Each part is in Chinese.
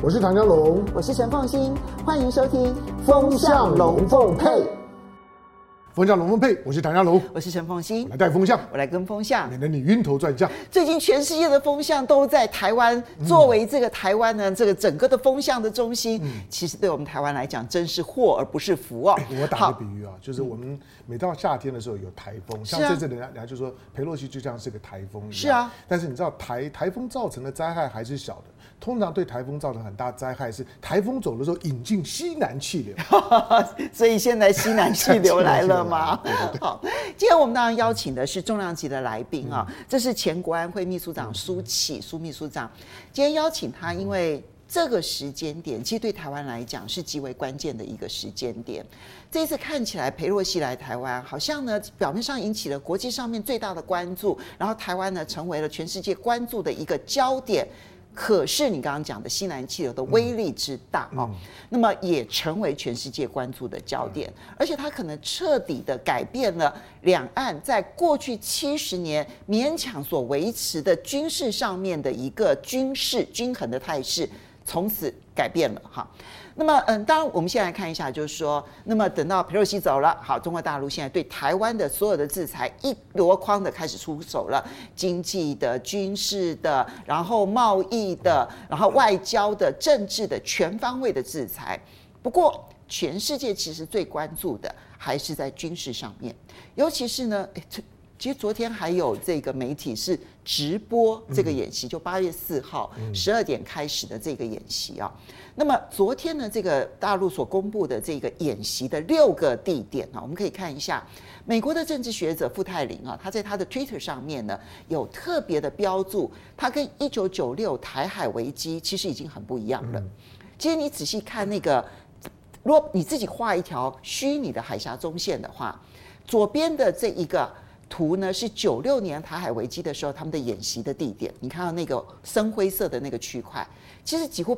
我是唐湘龙， 我是陈凤馨，欢迎收听《 风向龙凤配》。风向龙凤配，我是唐湘龙， 我是陈凤馨， 我来带风向， 我来跟风向， 免得你晕头转向。 最近全世界的风向都在台湾，作为这个台湾呢，这个整个的风向的中心，其实对我们台湾来讲，真是祸而不是福哦。 我打个比喻啊，就是我们每到夏天的时候有台风，像这次人家就说裴洛西就像是个台风一样。 是啊， 但是你知道台风造成的灾害还是小的。通常对台风造成很大灾害是台风走的时候引进西南气流， 所以现在西南气流来了吗？ 对。 好，今天我们当然邀请的是重量级的来宾啊，这是前国安会秘书长苏启苏秘书长。今天邀请他，因为这个时间点其实对台湾来讲是极为关键的一个时间点。这一次看起来裴洛西来台湾，好像呢表面上引起了国际上面最大的关注，然后台湾呢成为了全世界关注的一个焦点。可是你刚刚讲的西南气流的威力之大那么也成为全世界关注的焦点，而且它可能彻底的改变了两岸在过去70年勉强所维持的军事上面的一个军事均衡的态势，从此改变了哈。那么当然我们现在看一下，就是说，那么等到裴洛西走了，好，中国大陆现在对台湾的所有的制裁一箩筐的开始出手了，经济的、军事的，然后贸易的，然后外交的、政治的全方位的制裁。不过全世界其实最关注的还是在军事上面，尤其是呢，其实昨天还有这个媒体是直播这个演习，就8月4号12点开始的这个演习啊。那么昨天呢，这个大陆所公布的这个演习的6个地点啊，我们可以看一下。美国的政治学者傅泰林啊，他在他的 Twitter 上面呢有特别的标注，他跟1996台海危机其实已经很不一样了。其实你仔细看那个，如果你自己画一条虚拟的海峡中线的话，左边的这一个图呢是96年台海危机的时候他们的演习的地点，你看到那个深灰色的那个区块，其实几乎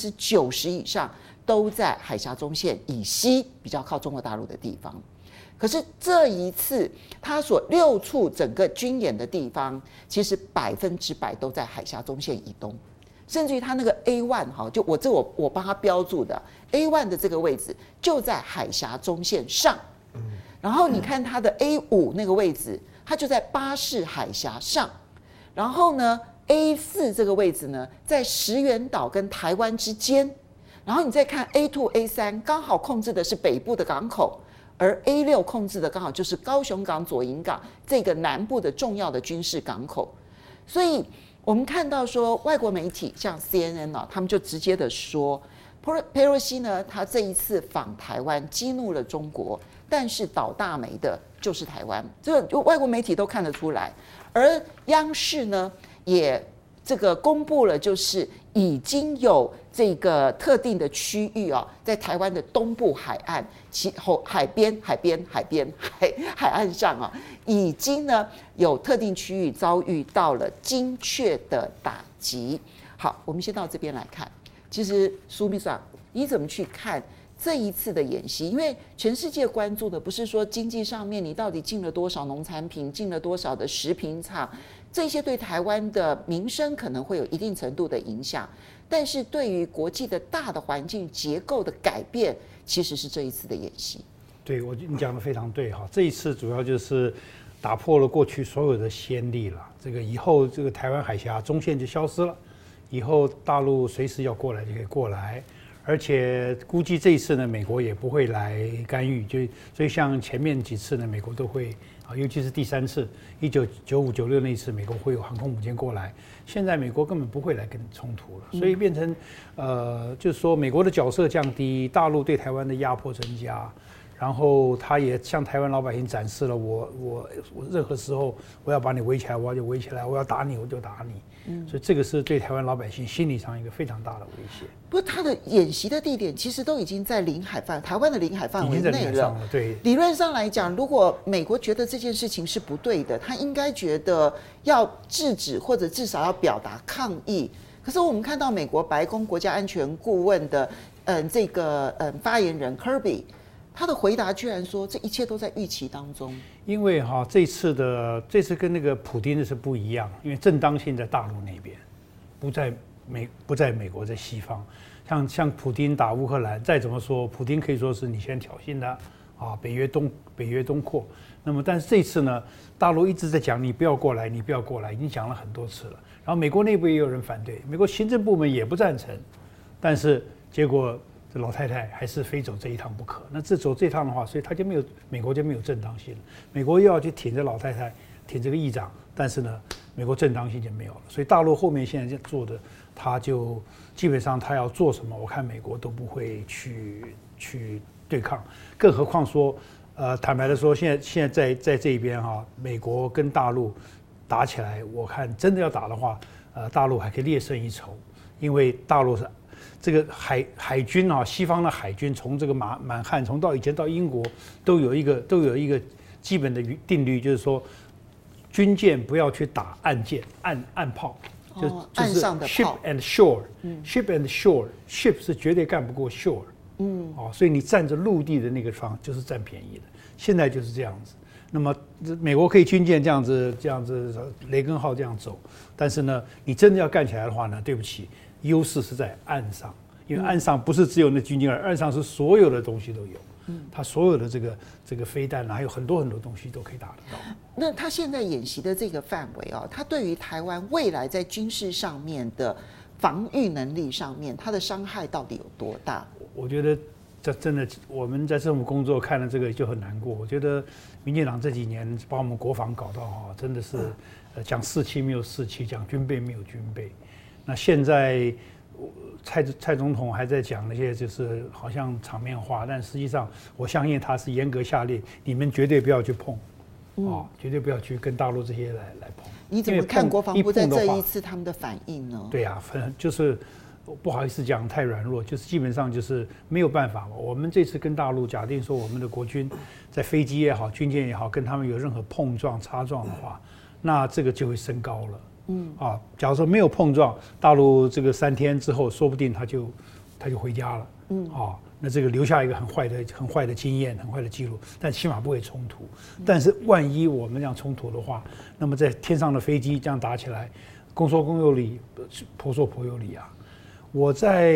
90%以上都在海峡中线以西比较靠中国大陆的地方。可是这一次他所6处整个军演的地方，其实100%都在海峡中线以东，甚至于他那个 A1 哈，就我帮他标注的 A1 的这个位置就在海峡中线上。然后你看它的 A5 那个位置，它就在巴士海峡上。然后呢 ，A4 这个位置呢，在石垣岛跟台湾之间。然后你再看 A2、A3， 刚好控制的是北部的港口，而 A6 控制的刚好就是高雄港、左营港这个南部的重要的军事港口。所以我们看到说，外国媒体像 CNN 啊，他们就直接的说，裴洛西呢，他这一次访台湾激怒了中国。但是倒大霉的就是台湾，这个外国媒体都看得出来，而央视呢也这个公布了，就是已经有这个特定的区域啊，在台湾的东部海岸、海岸上啊，已经呢有特定区域遭遇到了精确的打击。好，我们先到这边来看，其实苏秘书长，你怎么去看？这一次的演习，因为全世界关注的不是说经济上面你到底进了多少农产品，进了多少的食品厂，这些对台湾的民生可能会有一定程度的影响，但是对于国际的大的环境结构的改变，其实是这一次的演习。 对，你讲的非常对哈，这一次主要就是打破了过去所有的先例了，这个以后这个台湾海峡中线就消失了，以后大陆随时要过来就可以过来。而且估计这一次呢，美国也不会来干预，所以像前面几次呢，美国都会啊，尤其是第3次，1995、96那一次，美国会有航空母舰过来。现在美国根本不会来跟冲突了，所以变成就是说美国的角色降低，大陆对台湾的压迫增加，然后他也向台湾老百姓展示了我任何时候我要把你围起来，我就围起来，我要打你我就打你。所以这个是对台湾老百姓心理上一个非常大的威胁。 不过他的演习的地点其实都已经在台湾的领海范围内了。 对， 理论上来讲，如果美国觉得这件事情是不对的，他应该觉得要制止或者至少要表达抗议。可是我们看到美国白宫国家安全顾问的发言人 Kirby。他的回答居然说这一切都在预期当中。 因为这次跟那个普丁的是不一样，因为正当性在大陆那边， 不在美国，在西方。像普丁打乌克兰，再怎么说，普丁可以说是你先挑衅的啊，北约东扩。那么但是这次呢，大陆一直在讲你不要过来，你不要过来，已经讲了很多次了。然后美国内部也有人反对，美国行政部门也不赞成，但是结果这老太太还是非走这一趟不可。那走这一趟的话，所以美国就没有正当性了。美国又要去挺着老太太，挺这个议长，但是呢，美国正当性就没有了。所以大陆后面现在做的，他就基本上他要做什么，我看美国都不会去对抗，更何况说，坦白的说，现在在这一边哈，美国跟大陆打起来，我看真的要打的话，大陆还可以略胜一筹，因为大陆是这个海军啊，西方的海军从这个满汉，从以前到英国都有一个基本的定律，就是说，军舰不要去打岸舰、岸炮。就是岸上的炮 ship and shore，ship and shore，ship 是绝对干不过 shore，所以你占着陆地的那个方就是占便宜的。现在就是这样子。那么美国可以军舰这样子雷根号这样走，但是呢，你真的要干起来的话呢，对不起，优势是在岸上，因为岸上不是只有那军舰，岸上是所有的东西都有。它所有的这个飞弹还有很多东西都可以打得到。 那他现在演习的这个范围啊，他对于台湾未来在军事上面的防御能力上面，它的伤害到底有多大？ 我觉得这真的，我们在政府工作看了这个就很难过。我觉得民进党这几年把我们国防搞到真的是讲士气没有士气，讲军备没有军备。那现在蔡总统还在讲那些就是好像场面话，但实际上我相信他是严格下令，你们绝对不要去碰，绝对不要去跟大陆这些来碰。 你怎么看国防部在这一次他们的反应呢？ 对呀，就是不好意思讲太软弱，就是基本上就是没有办法嘛。我们这次跟大陆假定说我们的国军在飞机也好、军舰也好，跟他们有任何碰撞、擦撞的话，那这个就会升高了。假如说没有碰撞，大陆这个3天之后，说不定他就回家了。那这个留下一个很坏的经验、很坏的记录，但起码不会冲突。但是万一我们这样冲突的话，那么在天上的飞机这样打起来，公说公有理，婆说婆有理啊。我在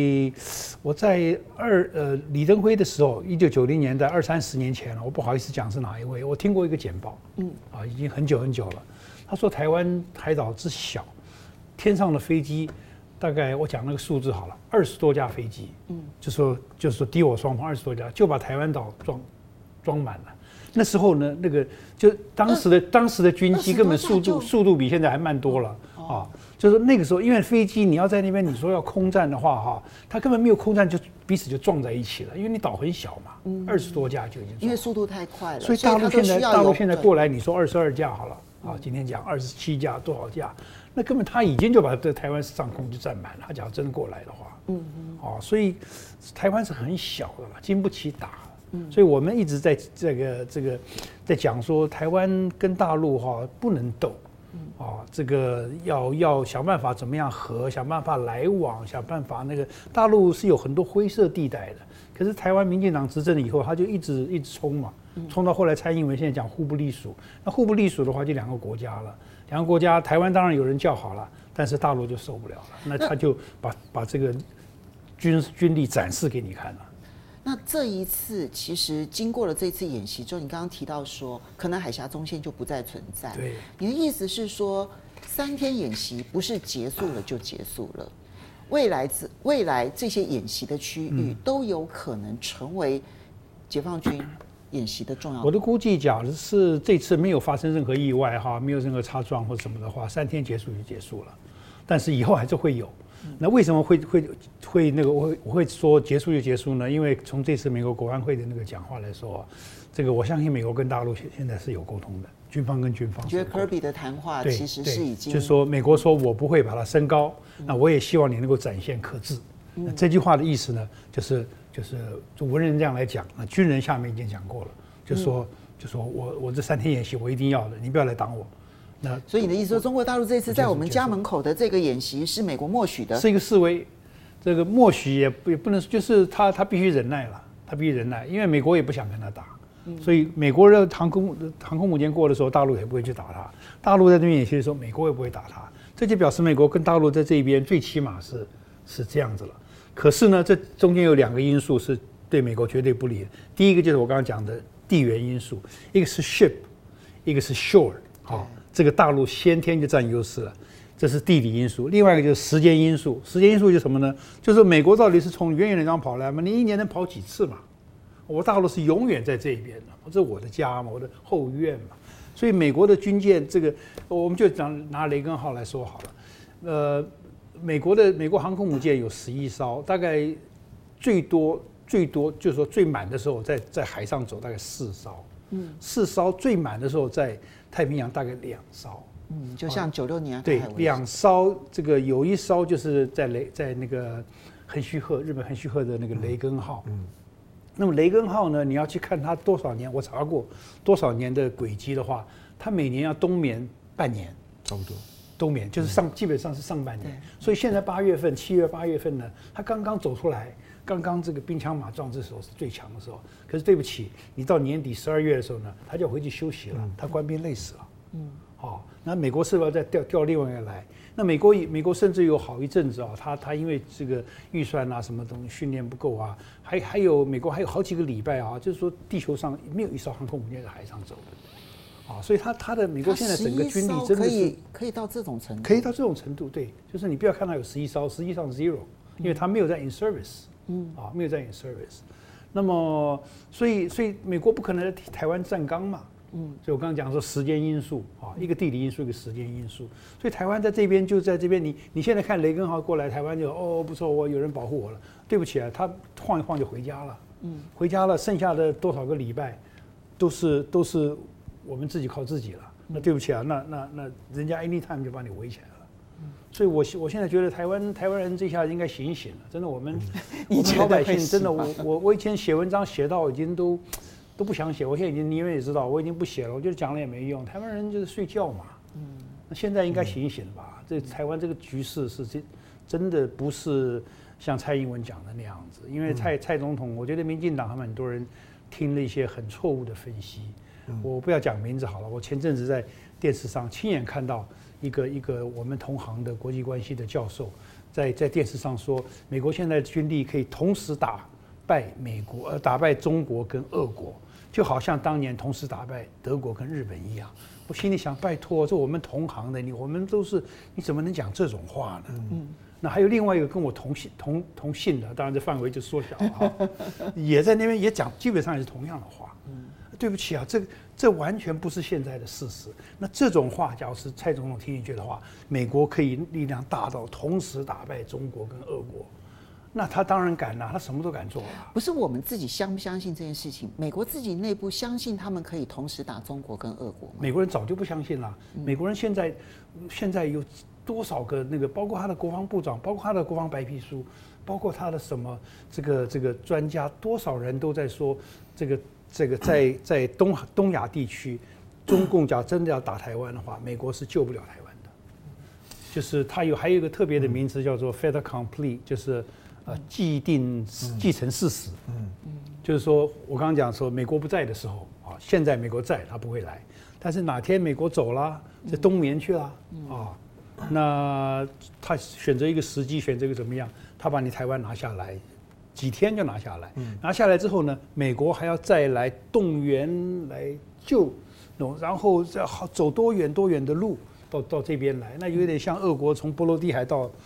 李登辉的时候，1990年代20-30年前了，我不好意思讲是哪一位，我听过一个简报，已经很久了。他说台湾海岛之小，天上的飞机大概我讲那个数字好了，20多架飞机，就是说敌我双方20多架，就把台湾岛装满了。那时候呢，那个就当时的军机根本速度比现在还慢多了啊！就是那个时候，因为飞机你要在那边，你说要空战的话它根本没有空战，就彼此就撞在一起了，因为你岛很小嘛，20多架就已经， 因为速度太快了， 所以大陆现在过来，你说22架好了。今天讲27架多少架，那根本他已经就把这台湾上空就占满了。他假如真过来的话，所以台湾是很小的了，经不起打。所以我们一直在这个在讲说，台湾跟大陆不能斗，这个要想办法怎么样想办法来往，想办法那个大陆是有很多灰色地带的。可是台湾民进党执政了以后，他就一直冲嘛。冲到后来，蔡英文现在讲互不隶属。那互不隶属的话，就2个国家了。2个国家，台湾当然有人叫好了，但是大陆就受不了了。那他就把这个军力展示给你看了。 那这一次，其实经过了这次演习之后，你刚刚提到说，可能海峡中线就不再存在。 对， 你的意思是说，3天演习不是结束了就结束了，未来这些演习的区域都有可能成为解放军演习的重要。 我的估计，假如是这次没有发生任何意外没有任何擦撞或什么的话，3天结束就结束了。但是以后还是会有。那为什么会那个我会说结束就结束呢？因为从这次美国国安会的那个讲话来说，这个我相信美国跟大陆现在是有沟通的，军方跟军方。 觉得科比的谈话其实是已经就是说美国说我不会把它升高，那我也希望你能够展现克制。那这句话的意思呢，就是文人这样来讲，那军人下面已经讲过了，就说我这3天演习我一定要的，你不要来挡我。那所以你的意思说，中国大陆这次在我们家门口的这个演习是美国默许的， 是一个示威，这个默许也不能，就是他必须忍耐了，他必须忍耐，因为美国也不想跟他打，所以美国的航空母舰过的时候，大陆也不会去打他，大陆在这边演习的时候，美国也不会打他。 这就表示美国跟大陆在这边最起码是这样子了。可是呢，这中间有2个因素是对美国绝对不利的。第一个就是我刚刚讲的地缘因素，一个是 ship， 一个是 shore， 好，这个大陆先天就占优势了，这是地理因素。另外一个就是时间因素，时间因素就是什么呢？就是美国到底是从远远的地方跑来吗？你一年能跑几次嘛？我大陆是永远在这一边的，这是我的家嘛，我的后院嘛。所以美国的军舰，这个我们就拿雷根号来说好了。美国航空母舰有11艘，大概最多就是说最满的时候在海上走大概4艘，4艘最满的时候在太平洋大概2艘。 就像96年对，2艘，这个有1艘就是在那个日本横须贺的那个雷根号。那么雷根号呢，你要去看它多少年，我查过多少年的轨迹的话，它每年要冬眠半年， 差不多。 冬眠就是基本上是上半年，所以现在7月8月份呢，它刚刚走出来，刚刚这个兵强马壮，这时候是最强的时候。可是对不起，你到年底12月的时候呢，他就要回去休息了，他官兵累死了。好，那美国是不是要再调另外一个来？那美国甚至有好一阵子啊，他因为这个预算啊什么东西训练不够啊，还有美国还有好几个礼拜啊，就是说地球上没有一艘航空母舰在海上走的。所以他的美国现在整个军力真的是可以到这种程度， 可以到这种程度，对，就是你不要看它有11艘，实际上 zero， 因为它没有在 in service， 没有在 in service。那么，所以美国不可能在台湾站岗嘛，所以我刚刚讲说时间因素一个地理因素，一个时间因素。所以台湾在这边就在这边，你现在看雷根号过来台湾就不错，我有人保护我了。对不起啊，他晃一晃就回家了，回家了，剩下的多少个礼拜都是我们自己靠自己了。那对不起啊，那人家 anytime 就把你围起来了。所以我现在觉得台湾人这下应该醒一醒了，真的我们老百姓真的我以前写文章写到已经都不想写，我现在已经你们也知道我已经不写了，我觉得讲了也没用，台湾人就是睡觉嘛。那现在应该醒一醒了吧？这台湾这个局势是真的不是像蔡英文讲的那样子，因为蔡总统，我觉得民进党他们很多人听了一些很错误的分析。我不要讲名字好了，我前阵子在电视上亲眼看到一个我们同行的国际关系的教授在电视上说，美国现在的军力可以同时打败中国跟俄国，就好像当年同时打败德国跟日本一样。我心里想，拜托，这我们同行的我们都是，你怎么能讲这种话呢？那还有另外一个跟我同姓的，当然这范围就缩小了也在那边也讲，基本上也是同样的话。对不起啊，这完全不是现在的事实。那这种话，假如是蔡总统听进去的话，美国可以力量大到同时打败中国跟俄国，那他当然敢啦，他什么都敢做啦。 不是我们自己相不相信这件事情，美国自己内部相信他们可以同时打中国跟俄国吗？ 美国人早就不相信了。美国人现在有多少个那个，包括他的国防部长，包括他的国防白皮书，包括他的什么这个专家，多少人都在说这个在东亚地区，中共假真的要打台湾的话，美国是救不了台湾的。就是它还有一个特别的名词叫做 fait accompli， 就是既成事实。就是说我刚刚讲说美国不在的时候现在美国在，他不会来，但是哪天美国走了，在冬眠去了那他选择一个时机，选择一个怎么样，他把你台湾拿下来。几天就拿下来，拿下来之后呢，美国还要再来动员来救，然后再走多远的路到这边来，那有点像俄国从波罗的海到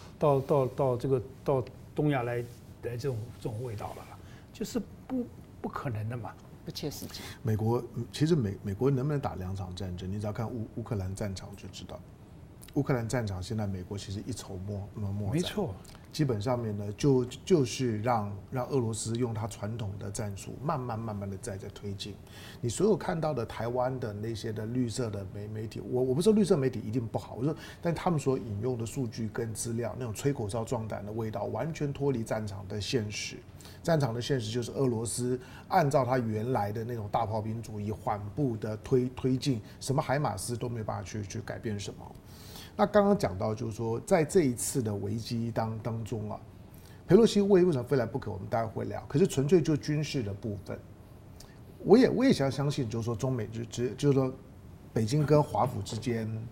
东亚来这种味道了，就是不可能的嘛， 不切实际。 其实美国能不能打2场战争，你只要看乌克兰战场就知道。乌克兰战场现在美国其实一筹莫展， 没错。 基本上面呢，就是让俄罗斯用他传统的战术，慢慢的在推进。你所有看到的台湾的那些的绿色的媒体，我不说绿色媒体一定不好，我说，但他们所引用的数据跟资料，那种吹口哨壮胆的味道，完全脱离战场的现实。战场的现实就是俄罗斯按照他原来的那种大炮兵主义，缓步的推进，什么海马斯都没有办法去改变什么。那刚刚讲到，就是说，在这一次的危机当中裴洛西为什么非来不可，我们待会会聊。可是纯粹就军事的部分，我也想相信，就是说中美就是说北京跟华府之间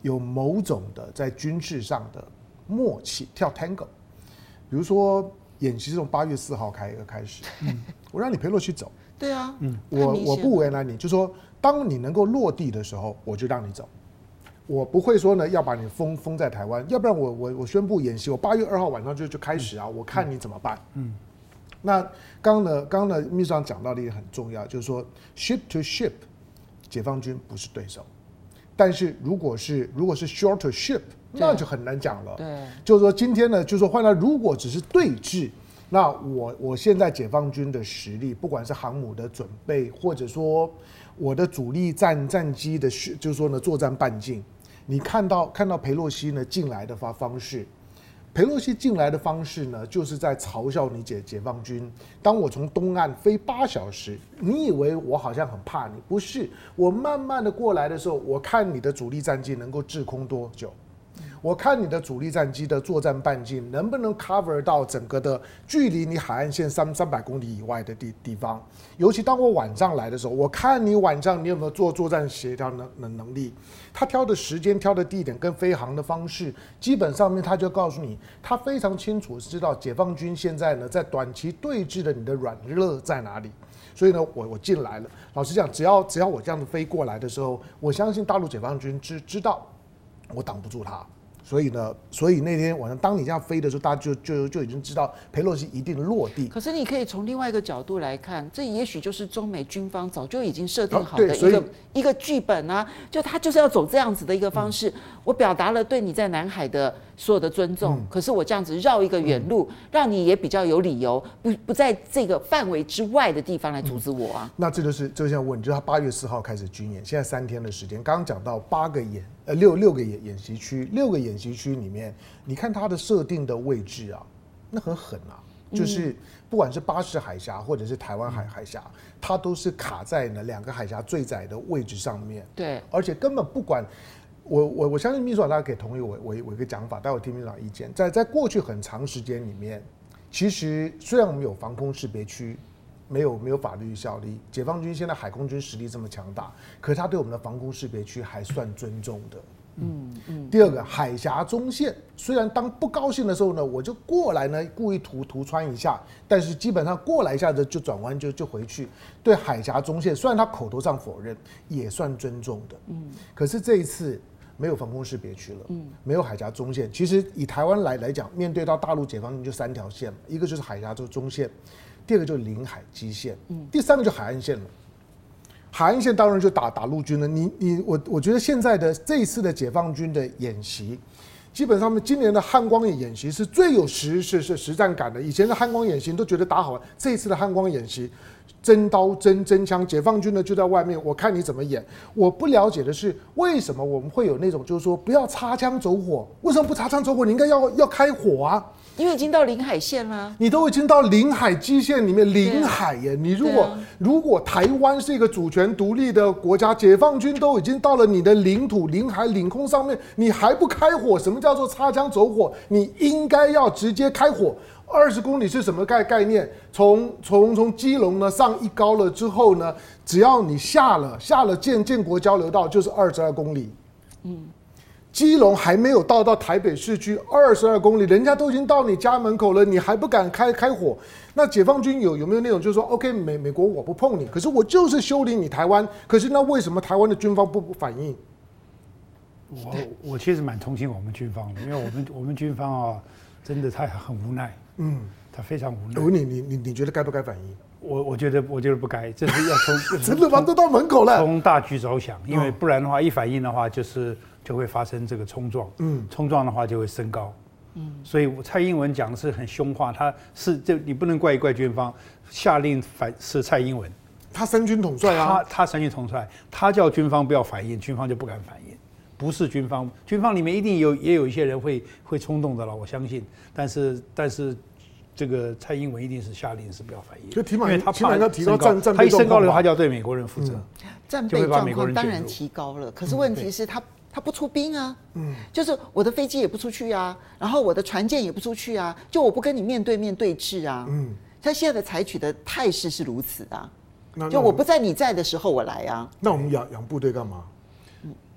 有某种的在军事上的默契，跳 tango。比如说演习是从8月4号开始，我让你裴洛西走， 对啊， 我不为难你，就说当你能够落地的时候，我就让你走。我不会说呢要把你封在台湾，要不然我宣布演习，我8月2号晚上就开始啊，我看你怎么办。那刚刚呢秘书长讲到的也很重要，就是说 ship to ship， 解放军不是对手，但是如果是 short to ship， 那就很难讲了。 对， 就是说今天呢，就是说换来如果只是对峙。那我现在解放军的实力，不管是航母的准备，或者说我的主力战机的，就是说呢作战半径，你看到裴洛西呢进来的方式，裴洛西进来的方式呢，就是在嘲笑你解放军。当我从东岸飞8小时，你以为我好像很怕你？不是，我慢慢的过来的时候，我看你的主力战机能够滞空多久。我看你的主力战机的作战半径能不能 cover 到整个的距离你海岸线300公里以外的地方，尤其当我晚上来的时候，我看你晚上你有没有作战协调能力。他挑的时间、挑的地点跟飞航的方式，基本上面他就告诉你，他非常清楚知道解放军现在呢在短期对峙的你的软肋在哪里。所以呢，我进来了。老实讲，只要我这样子飞过来的时候，我相信大陆解放军知道我挡不住他。所以那天晚上，当你这样飛的时候，大家就已經知道裴洛西一定落地。 可是你可以從另外一個角度來看，這也許就是中美軍方早就已經設定好的一個劇本啊，就他就是要走這樣子的一個方式。我表達了對你在南海的所有的尊重，可是我這樣子繞一個遠路，讓你也比較有理由不在這個範圍之外的地方來阻止我啊。 那這就是現在問題，就是他8月4號開始軍演，現在3天的時間，剛剛講到6個演習區，6個演習區裡面，你看它的設定的位置啊，那很狠啊，就是不管是巴士海峽或者是台灣海峽，它都是卡在呢2個海峽最窄的位置上面。 對， 而且根本不管我相信秘書長大家可以同意我一個講法，待會聽秘書長意見。在過去很長時間裡面，其實雖然我們有防空識別區。沒有法律效力，解放軍現在海空軍實力這麼強大，可是他對我們的防空識別區還算尊重的。第二個海峽中線，雖然當不高興的時候呢，我就過來呢，故意突穿一下，但是基本上過來一下子就轉彎就回去。對海峽中線，雖然他口頭上否認，也算尊重的。可是這一次沒有防空識別區了，沒有海峽中線。其實以台灣來講，面對到大陸解放軍就3條線，一個就是海峽中線。第二個就是領海基線，第三個就海岸線了。海岸線當然就打陸軍了。我覺得現在的這一次的解放軍的演習，基本上面今年的漢光演習是最有實戰感的。以前的漢光演習都覺得打好了，這一次的漢光演習，真刀真槍，解放軍呢就在外面，我看你怎麼演。我不了解的是，為什麼我們會有那種就是說不要擦槍走火？為什麼不擦槍走火？你應該要開火啊！ 因為已經到領海線啦， 你都已經到領海基線裡面，領海耶！你如果台灣是一個主權獨立的國家，解放軍都已經到了你的領土、領海、領空上面，你還不開火？什麼叫做擦槍走火？你應該要直接開火。20公里是什麼概念？從基隆呢上一高了之後呢，只要你下了建國交流道，就是22公里。基隆還沒有到台北市區22公里，人家都已經到你家門口了，你還不敢開火？那解放軍有沒有那種就是說 OK 美國我不碰你，可是我就是修理你台灣，可是那為什麼台灣的軍方不反應？ 我其實蠻同情我們軍方的，因為我們軍方啊，真的他很無奈，他非常無奈。 你覺得該不該反應？ 我覺得不該，這是要從真的嗎？都到門口了， 從大局着想，因為不然的話，一反應的話就會發生這個衝撞，衝撞的話就會升高，所以蔡英文講的是很兇話，你不能怪一怪軍方，下令是蔡英文， 他三軍統帥啊， 他三軍統帥，他叫軍方不要反應，軍方就不敢反應，不是軍方裡面一定也有一些人會衝動的了，我相信，但是這個蔡英文一定是下令是不要反應，因為他怕要提高戰備狀況， 他一升高了，他就要對美國人負責， 戰備狀況當然提高了，可是問題是他不出兵啊，就是我的飛機也不出去啊，然後我的船艦也不出去啊，就我不跟你面對面對峙啊，他現在的採取的態勢是如此的，就我不在你在的時候我來啊。 那我們養部隊幹嘛？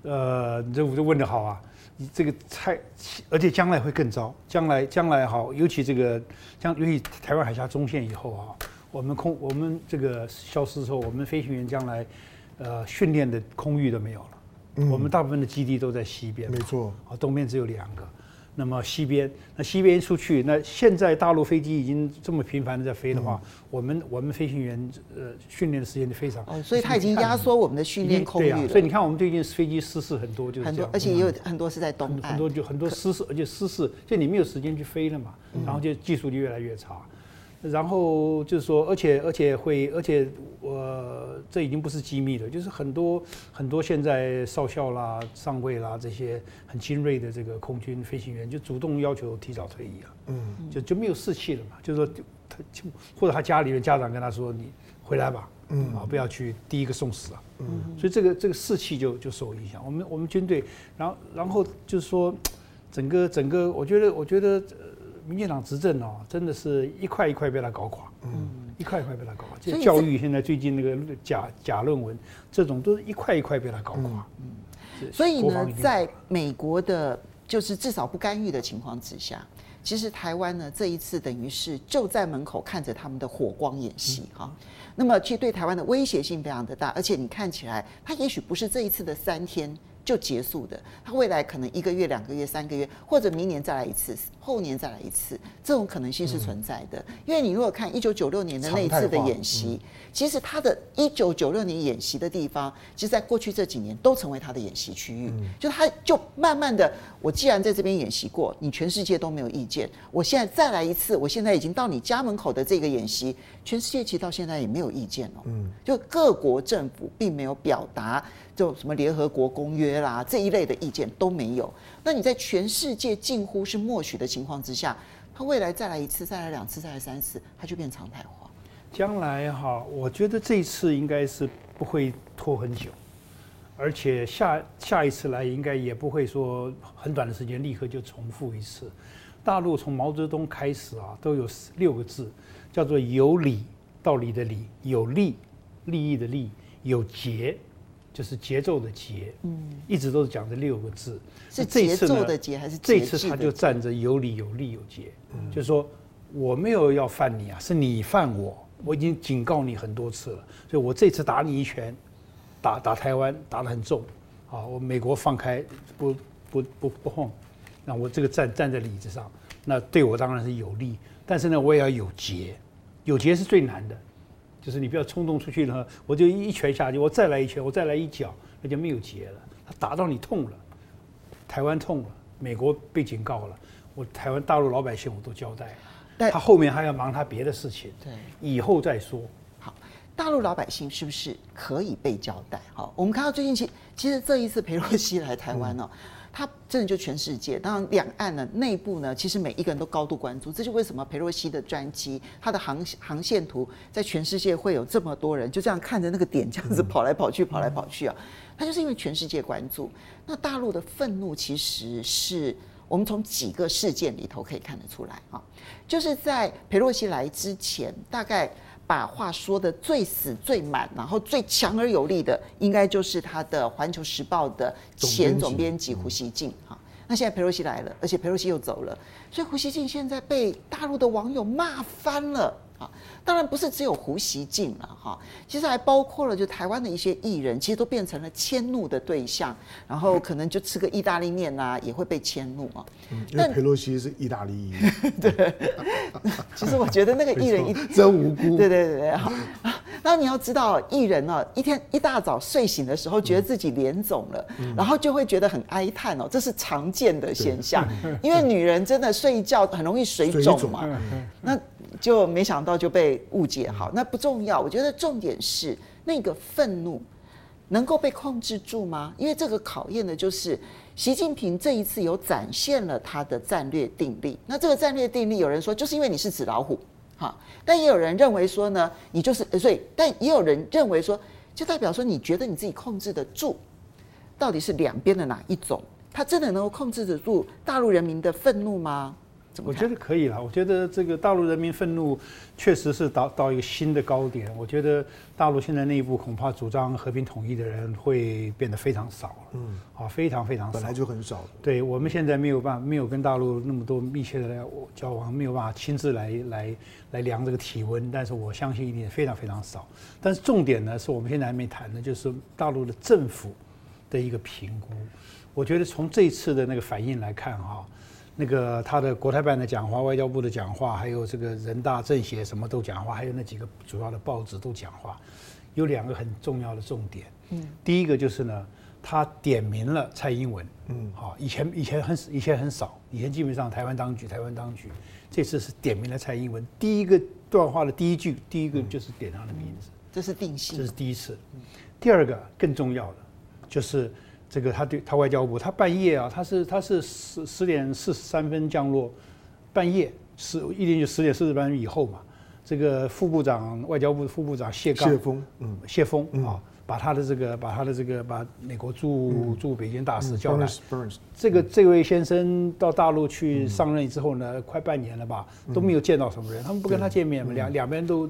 这问得好啊！这个而且将来会更糟，将来好，尤其尤其台湾海峡中线以后啊，我们这个消失之后，我们飞行员将来训练的空域都没有了。我们大部分的基地都在西边， 没错， 东边只有2个。那么西边一出去，那现在大陆飞机已经这么频繁的在飞的话，我们飞行员训练的时间就非常所以它已经压缩我们的训练空域了。 所以你看我们最近飞机失事很多，就是这样， 而且也有很多是在东岸， 很多失事，而且失事就你没有时间去飞了嘛，然后就技术就越来越差。然后就是说，而且这已经不是机密了，就是很多现在少校啦、上尉啦这些很精锐的这个空军飞行员就主动要求提早退役了，就没有士气了嘛，就是说或者他家里的家长跟他说你回来吧，不要去第一个送死啊，所以这个士气就受影响。我们军队，然后就是说整个我觉得。民进党执政真的是一块一块被他搞垮，一块一块被他搞垮。就教育现在最近那个假论文，这种都是一块一块被他搞垮。 所以呢，在美国的，就是至少不干预的情况之下，其实台湾呢这一次等于是就在门口看着他们的火光演习哈。那么其实对台湾的威胁性非常的大，而且你看起来，它也许不是这一次的3天就结束的，它未来可能1个月、2个月、3个月，或者明年再来一次，后年再来一次，这种可能性是存在的。因为你如果看1996年的那一次的演习，其实它的1996年演习的地方，其实在过去这几年都成为它的演习区域，就它就慢慢的，我既然在这边演习过，你全世界都没有意见，我现在再来一次，我现在已经到你家门口的这个演习，全世界其实到现在也没有意见哦，就各国政府并没有表达。就什么联合国公约啦这一类的意见都没有，那你在全世界近乎是默许的情况之下，它未来再来1次、再来2次、再来3次，它就变常态化。 将来我觉得这一次应该是不会拖很久，而且下一次来应该也不会说很短的时间立刻就重复一次。大陆从毛泽东开始都有6个字，叫做有理，道理的理，有利，利益的利，有节。就是节奏的节，一直都是讲这6个字。 是节奏的节还是这次他就站着有理有利有节，就是说我没有要犯你是你犯我，我已经警告你很多次了，所以我这次打你一拳，打台湾打得很重，我美国放开不碰，那我这个站在理子上，那对我当然是有利，但是呢我也要有节，有节是最难的。就是你不要冲动出去了，我就一拳下去，我再来一拳，我再来一脚，那就没有节了。他打到你痛了，台湾痛了，美国被警告了，我台湾大陆老百姓我都交代了。他后面还要忙他别的事情，对，以后再说。 好，大陆老百姓是不是可以被交代？好，我们看到最近其实这一次裴洛西来台湾他真的就全世界，当然两岸呢内部呢，其实每一个人都高度关注，这就为什么裴洛西的专机，它的航线图在全世界会有这么多人就这样看着那个点这样子跑来跑去它就是因为全世界关注。那大陆的愤怒其实是我们从几个事件里头可以看得出来就是在裴洛西来之前，大概把话说的最死最满，然后最强而有力的，应该就是他的《环球时报》的前总编辑胡锡进那现在裴洛西来了，而且裴洛西又走了，所以胡锡进现在被大陆的网友骂翻了当然不是只有胡锡进了其实还包括了就台湾的一些艺人，其实都变成了迁怒的对象，然后可能就吃个意大利面也会被迁怒因为裴洛西是意大利裔对，其实我觉得那个艺人真无辜， 对那你要知道艺人一大早睡醒的时候觉得自己脸肿了然后就会觉得很哀叹这是常见的现象因为女人真的睡一觉很容易水肿嘛那就没想到就被误解好，那不重要，我觉得重点是那个愤怒能够被控制住吗？因为这个考验的就是习近平这一次有展现了他的战略定力。那这个战略定力，有人说就是因为你是纸老虎，但也有人认为说呢，你就是但也有人认为说，就代表说你觉得你自己控制得住，到底是两边的哪一种？他真的能够控制得住大陆人民的愤怒吗？ 我怎么看？ 觉得可以了。我觉得这个大陆人民愤怒确实是到一个新的高点。我觉得大陆现在内部恐怕主张和平统一的人会变得非常少了。非常非常少。 本来就很少了。 对，我们现在没有跟大陆那么多密切的交往，没有办法亲自来量这个体温。但是我相信一定非常非常少。但是重点呢，是我们现在还没谈的，就是大陆的政府的一个评估。我觉得从这一次的那个反应来看那个他的国台办的讲话、外交部的讲话，还有这个人大政协什么都讲话，还有那几个主要的报纸都讲话，有2个很重要的重点。第一个就是呢，他点名了蔡英文。以前很少，以前基本上台湾当局，这次是点名了蔡英文。第一个段话的第一句，第一个就是点他的名字， 这是定性， 这是第一次。第二个更重要的就是。这个他外交部，他半夜他是10点43分降落，半夜一定就10点40分以后嘛。这个外交部副部长谢峰把美国驻北京大使叫来。这位先生到大陆去上任之后呢，快半年了吧，都没有见到什么人，他们不跟他见面嘛，两边都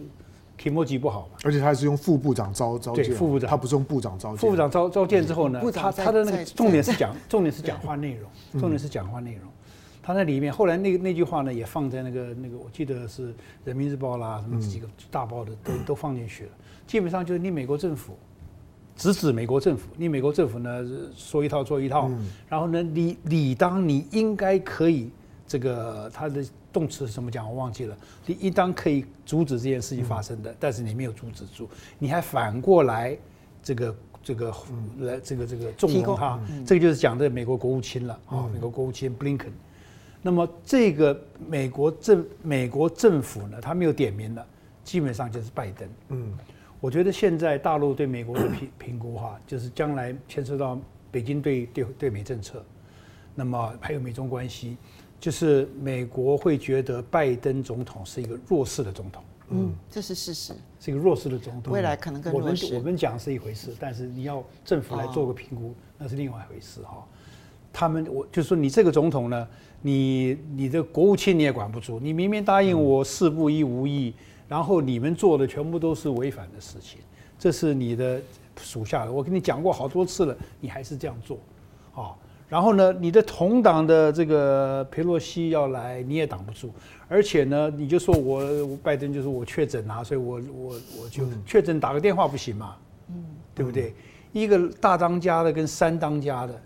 emoji 不好嘛， 而且他还是用副部长召见， 对，副部长， 他不是用部长召见。 副部长召见之后呢，他的那个重点是讲话内容，他那里面后来那句话呢也放在那个我记得是人民日报啦什么几个大报的都放进去了，基本上就是你美国政府直指美国政府，你美国政府呢说一套做一套，然后呢理当你应该可以这个他的。动词是怎么讲？我忘记了。你应当可以阻止这件事情发生的，但是你没有阻止住，你还反过来这个纵容他，这个就是讲的美国国务卿了美国国务卿布林肯。那么这个美国政府呢，他没有点名了，基本上就是拜登。我觉得现在大陆对美国的评估就是将来牵涉到北京对美政策，那么还有美中关系。就是美国会觉得拜登总统是一个弱势的总统， 这是事实，是一个弱势的总统。 未来可能更弱势。 我们讲是一回事，但是你要政府来做个评估，那是另外一回事我就说你这个总统呢，你的国务卿你也管不住，你明明答应我4不1无益，然后你们做的全部都是违反的事情，这是你的属下的。我跟你讲过好多次了，你还是这样做，然后呢，你的同党的这个裴洛西要来，你也挡不住。而且呢，你就说我拜登就说我确诊所以我就确诊打个电话不行嘛，对不对？一个大当家的跟3当家的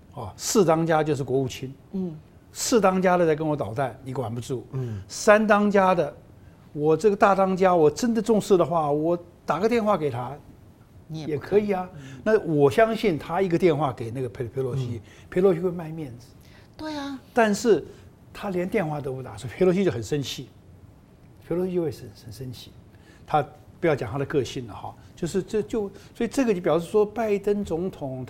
，4当家就是国务卿，4当家的在跟我捣蛋，你管不住，3当家的，我这个大当家我真的重视的话，我打个电话给他。也可以啊，那我相信他一个电话给那个裴洛西，裴洛西会卖面子。 对啊， 但是他连电话都不打，所以裴洛西就很生气，裴洛西就会很生气。他不要讲他的个性了就是所以这个就表示说，拜登总统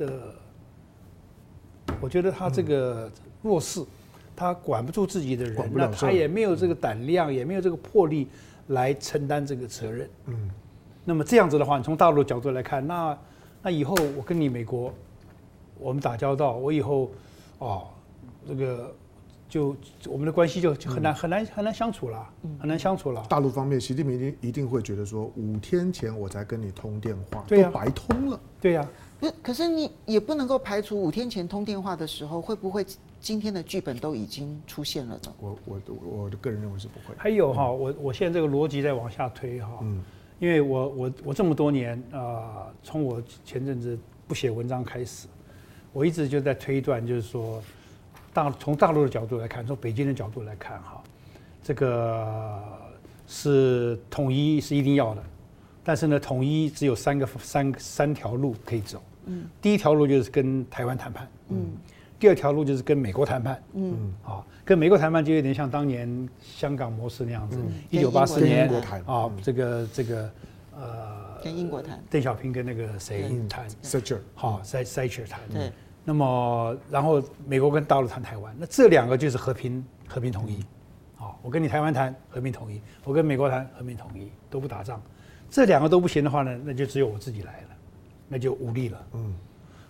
我觉得他这个弱势，他管不住自己的人，那他也没有这个胆量，也没有这个魄力来承担这个责任。那么这样子的话，你从大陆的角度来看，那以后我跟你美国，我们打交道，我以后这个就我们的关系就很难相处了，很难相处了。 大陆方面，习近平一定会觉得说，5天前我才跟你通电话， 对呀， 都白通了。 对呀， 可是你也不能够排除5天前通电话的时候，会不会今天的剧本都已经出现了呢？ 我的个人认为是不会。 还有我现在这个逻辑再往下推因为我这么多年从我前阵子不写文章开始，我一直就在推断，就是说，从大陆的角度来看，从北京的角度来看这个是统一是一定要的，但是呢，统一只有三条路可以走。第一条路就是跟台湾谈判。第二条路就是跟美国谈判。跟美国谈判就有点像当年香港模式那样子。1984年这个跟英国谈， 邓小平跟那个谁谈，Thatcher 谈。 对。 那么，然后美国跟大陆谈台湾，那这2个就是和平统一。我跟你台湾谈和平统一，我跟美国谈和平统一，都不打仗。这2个都不行的话呢，那就只有我自己来了，那就武力了。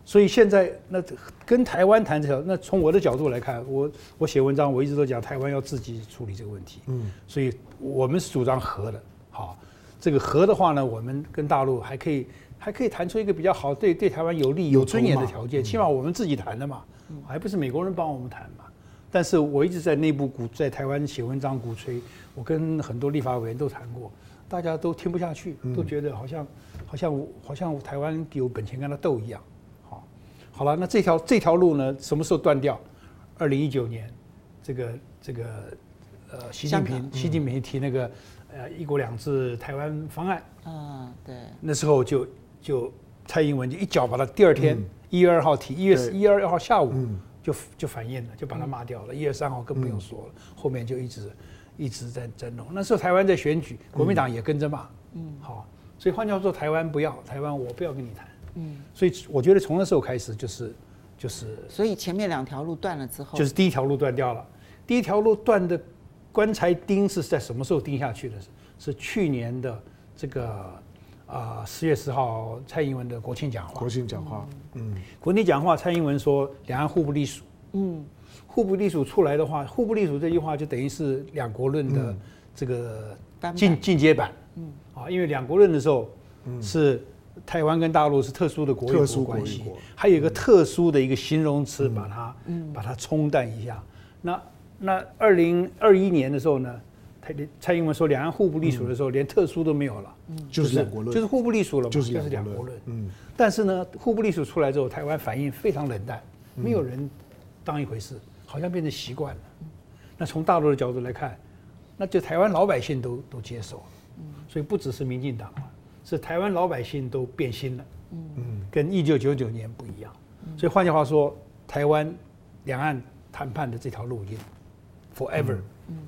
所以现在那跟台湾谈这条，那从我的角度来看，我写文章我一直都讲台湾要自己处理这个问题。所以我们是主张和的。好，这个和的话呢，我们跟大陆还可以谈出一个比较好对台湾有利有尊严的条件，起码我们自己谈的嘛，还不是美国人帮我们谈嘛。但是我一直在内部在台湾写文章鼓吹，我跟很多立法委员都谈过，大家都听不下去，都觉得好像台湾有本钱跟他斗一样。好了，那这条路呢，什么时候断掉？2019年，这个习近平提那个一国两制台湾方案。 对。那时候就蔡英文就一脚把他第二天1月2号提，1月2号下午就反映了，就把他骂掉了。1月3号更不用说了，后面就一直在弄。那时候台湾在选举，国民党也跟着骂。好，所以换句话说，台湾我不要跟你谈。所以我觉得从那时候开始就是， 所以前面2条路断了之后， 就是第一条路断掉了。第一条路断的棺材钉是在什么时候钉下去的？是去年的这个10月10号蔡英文的国庆讲话。 国庆讲话， 蔡英文说两岸互不隶属。互不隶属出来的话，互不隶属这句话就等于是两国论的这个进阶版。因为两国论的时候是。台湾跟大陆是特殊的国与国关系，还有一个特殊的一个形容词把它冲淡一下。那2021年的时候呢，蔡英文说两岸互不隶属的时候，连特殊都没有了， 就是两国论， 就是互不隶属了嘛， 就是两国论。但是呢，互不隶属出来之后，台湾反应非常冷淡，没有人当一回事，好像变成习惯了。那从大陆的角度来看，那就台湾老百姓都接受了，所以不只是民进党了。是台湾老百姓都变心了，跟1999年不一样，所以换句话说，台湾两岸谈判的这条路已经 forever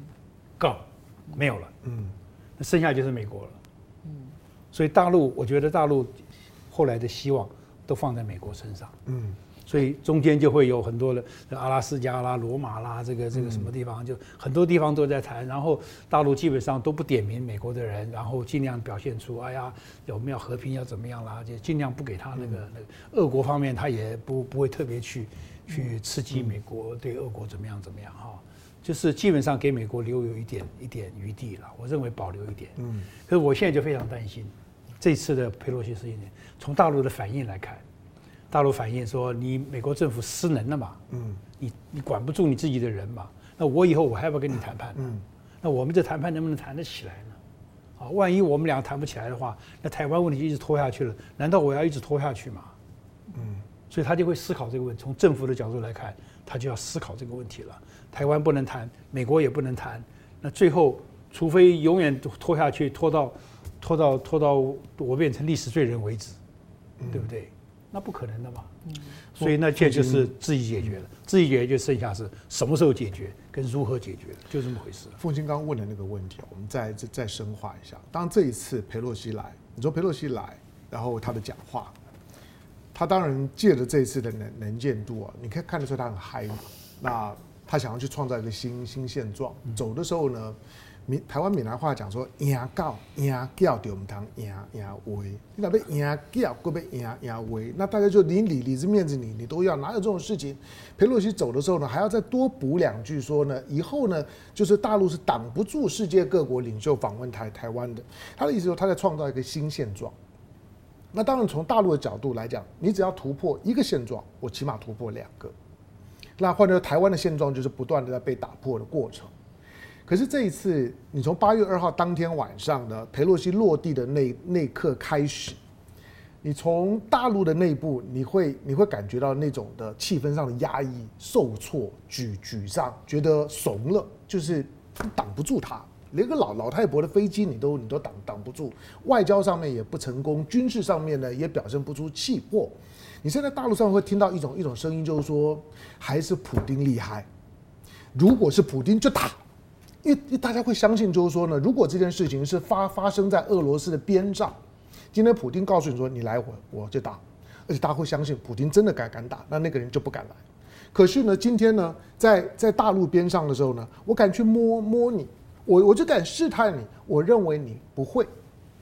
gone 没有了，那剩下就是美国了，所以大陆，我觉得大陆后来的希望都放在美国身上，所以中间就会有很多的阿拉斯加啦、罗马啦，这个什么地方，就很多地方都在谈。然后大陆基本上都不点名美国的人，然后尽量表现出哎呀，我们要和平要怎么样啦，就尽量不给他那个俄国方面，他也不会特别去刺激美国对俄国怎么样哈，就是基本上给美国留有一点余地了。我认为保留一点。可是我现在就非常担心这次的佩洛西事件，从大陆的反应来看。大陆反映说，你美国政府失能了嘛？你管不住你自己的人嘛？那我以后我还要不要跟你谈判呢？那我们这谈判能不能谈得起来呢？万一我们俩谈不起来的话，那台湾问题就一直拖下去了。难道我要一直拖下去吗？所以他就会思考这个问题。从政府的角度来看，他就要思考这个问题了。台湾不能谈，美国也不能谈。那最后，除非永远拖下去，拖到我变成历史罪人为止，对不对？那不可能的嘛，所以那这就是自己解决了，自己解决就剩下是什么时候解决跟如何解决，就这么回事。 凤清刚问的那个问题，我们再深化一下。当然这一次裴洛西来，你说裴洛西来，然后他的讲话，他当然借着这一次的能见度啊，你可以看得出他很嗨嘛。那他想要去创造一个新现状，走的时候呢？台湾闽南话讲说，赢狗赢叫就唔通赢话，你若要赢叫，搁要赢话，那大家就理子面子你都要，哪有这种事情？裴洛西走的时候呢，还要再多补2句说呢，以后呢，就是大陆是挡不住世界各国领袖访问台湾的。他的意思说，他在创造一个新现状。那当然，从大陆的角度来讲，你只要突破一个现状，我起码突破2个。那换成台湾的现状，就是不断的在被打破的过程。可是这一次，你从8月2号当天晚上呢，裴洛西落地的那刻开始，你从大陆的内部，你会感觉到那种的气氛上的压抑、受挫、沮丧，觉得怂了，就是挡不住他，连个老太婆的飞机你都挡不住，外交上面也不成功，军事上面呢也表现不出气魄。你现在大陆上会听到一种声音，就是说还是普丁厉害，如果是普丁就打。因为大家会相信，就是说呢，如果这件事情是发生在俄罗斯的边上，今天普丁告诉你说你来我就打，而且大家会相信普丁真的敢打，那个人就不敢来。可是呢，今天呢，在大陆边上的时候呢，我敢去摸你，我就敢试探你，我认为你不会。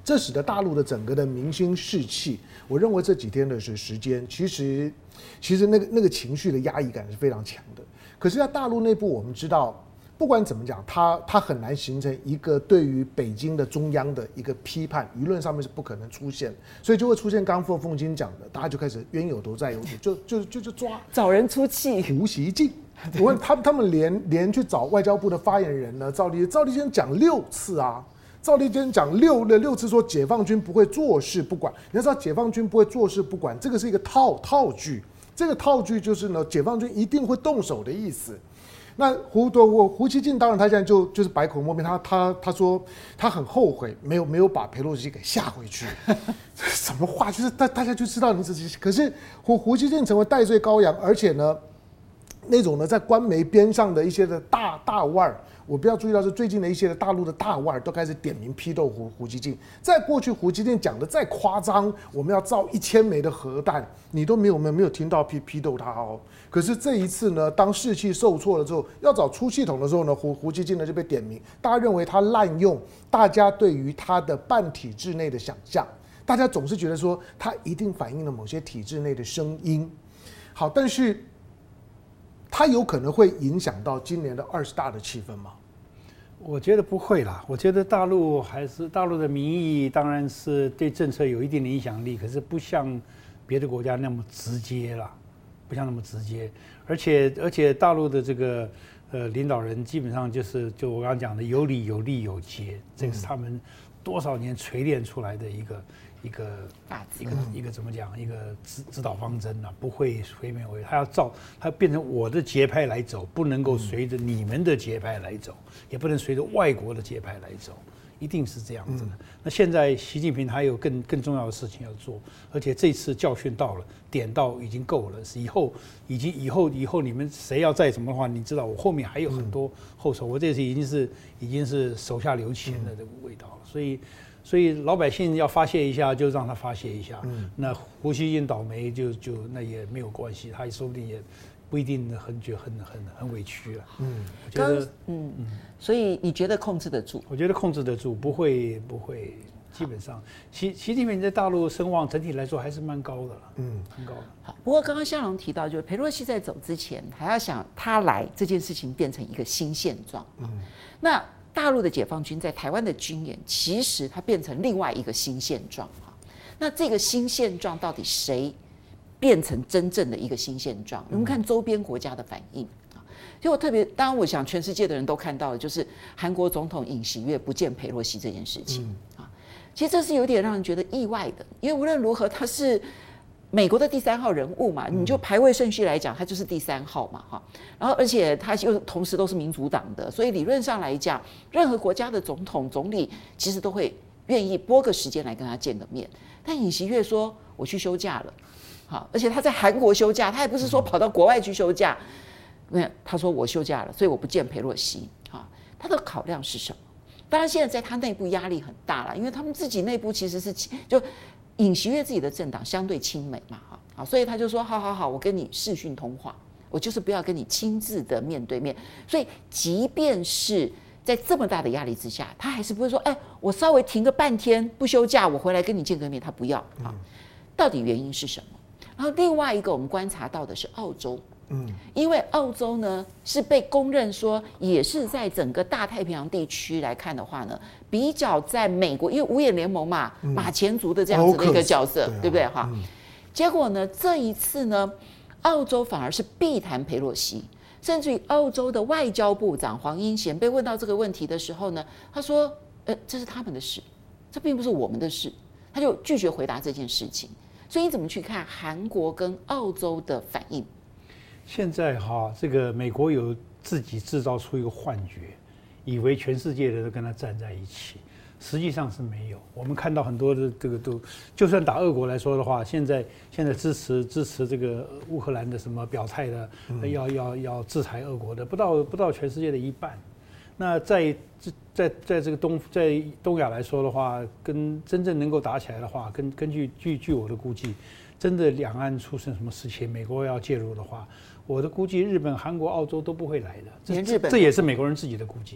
这使得大陆的整个的民心士气，我认为这几天的时间，其实那个情绪的压抑感是非常强的。可是，在大陆内部，我们知道，不管怎么讲，它很难形成一个对于北京的中央的一个批判，舆论上面是不可能出现，所以就会出现刚凤金讲的，大家就开始冤有头债有主，就抓找人出气。 胡锡进，我问他们连去找外交部的发言人呢，赵立坚讲6次啊。赵立坚讲六次说解放军不会坐视不管，你要知道解放军不会坐视不管，这个是一个套句，这个套句就是呢，解放军一定会动手的意思。那胡锡进当然他现在就是百口莫辩，他说他很后悔没有把裴洛西给吓回去，什么话就是大家就知道你自己。可是胡锡进成为代罪羔羊，而且呢，那种呢在官媒边上的一些的大腕儿。我不要注意到是最近的一些的大陆的大腕儿都开始点名批斗胡锡进。在过去胡锡进讲的再夸张，我们要造1000枚的核弹，你都没有听到批斗他哦。可是这一次呢，当士气受挫了之后，要找出气筒的时候呢，胡锡进呢就被点名，大家认为他滥用大家对于他的半体制内的想象，大家总是觉得说他一定反映了某些体制内的声音。好，但是它有可能会影响到今年的20大的气氛吗？ 我觉得不会啦。我觉得大陆的民意当然是对政策有一定的影响力，可是不像别的国家那么直接啦，不像那么直接。而且大陆的这个领导人基本上就我刚刚讲的有理有利有节，这个是他们多少年锤炼出来的一个怎么讲？一个指导方针啊，不会随便违。他变成我的节拍来走，不能够随着你们的节拍来走，也不能随着外国的节拍来走，一定是这样子的。那现在习近平还有更重要的事情要做，而且这次教训到了，点到已经够了。是以后你们谁要再什么的话，你知道我后面还有很多后手，我这次已经是手下留情的这个味道了，所以老百姓要发泄一下，就让他发泄一下。那胡锡进倒霉就那也没有关系，他说不定也不一定很委屈啊。我觉得所以你觉得控制得住？ 我觉得控制得住，不会，基本上习近平在大陆声望整体来说还是蛮高的了，很高的。 好，不过刚刚香龙提到，就是裴洛西在走之前还要想他来这件事情变成一个新现状。那大陆的解放军在台湾的军演，其实它变成另外一个新现状。那这个新现状到底谁变成真正的一个新现状？我们看周边国家的反应。就我特别，当然我想全世界的人都看到了，就是韩国总统尹锡悦不见裴洛西这件事情。其实这是有点让人觉得意外的，因为无论如何他是美国的第3号人物嘛，你就排位顺序来讲，他就是第3号嘛，哈。然后而且他又同时都是民主党的，所以理论上来讲，任何国家的总统、总理其实都会愿意拨个时间来跟他见个面。但尹锡悦说我去休假了，好，而且他在韩国休假，他也不是说跑到国外去休假，没有，他说我休假了，所以我不见裴洛西。哈，他的考量是什么？当然，现在在他内部压力很大了，因为他们自己内部其实是就尹锡悦自己的政党相对亲美嘛，好，所以他就说好，我跟你视讯通话，我就是不要跟你亲自的面对面。所以，即便是在这么大的压力之下，他还是不会说，我稍微停个半天不休假，我回来跟你见个面，他不要啊。到底原因是什么？然后另外一个我们观察到的是澳洲。因为澳洲呢是被公认说也是在整个大太平洋地区来看的话呢，比较在美国，因为五眼联盟嘛，马前卒的这样子的一个角色，对不对哈？结果呢，这一次呢，澳洲反而是避谈裴洛西，甚至于澳洲的外交部长黄英贤被问到这个问题的时候呢，他说，这是他们的事，这并不是我们的事，他就拒绝回答这件事情。所以你怎么去看韩国跟澳洲的反应？ 现在这个美国有自己制造出一个幻觉，以为全世界的人都跟他站在一起，实际上是没有。我们看到很多的这个都，就算打俄国来说的话，现在支持这个乌克兰的什么表态的，要制裁俄国的，不到全世界的一半。那在这个东亚来说的话，跟真正能够打起来的话，根据我的估计，真的两岸出现什么事情，美国要介入的话，我的估计日本、韩国、澳洲都不会来的。 连日本这也是美国人自己的估计。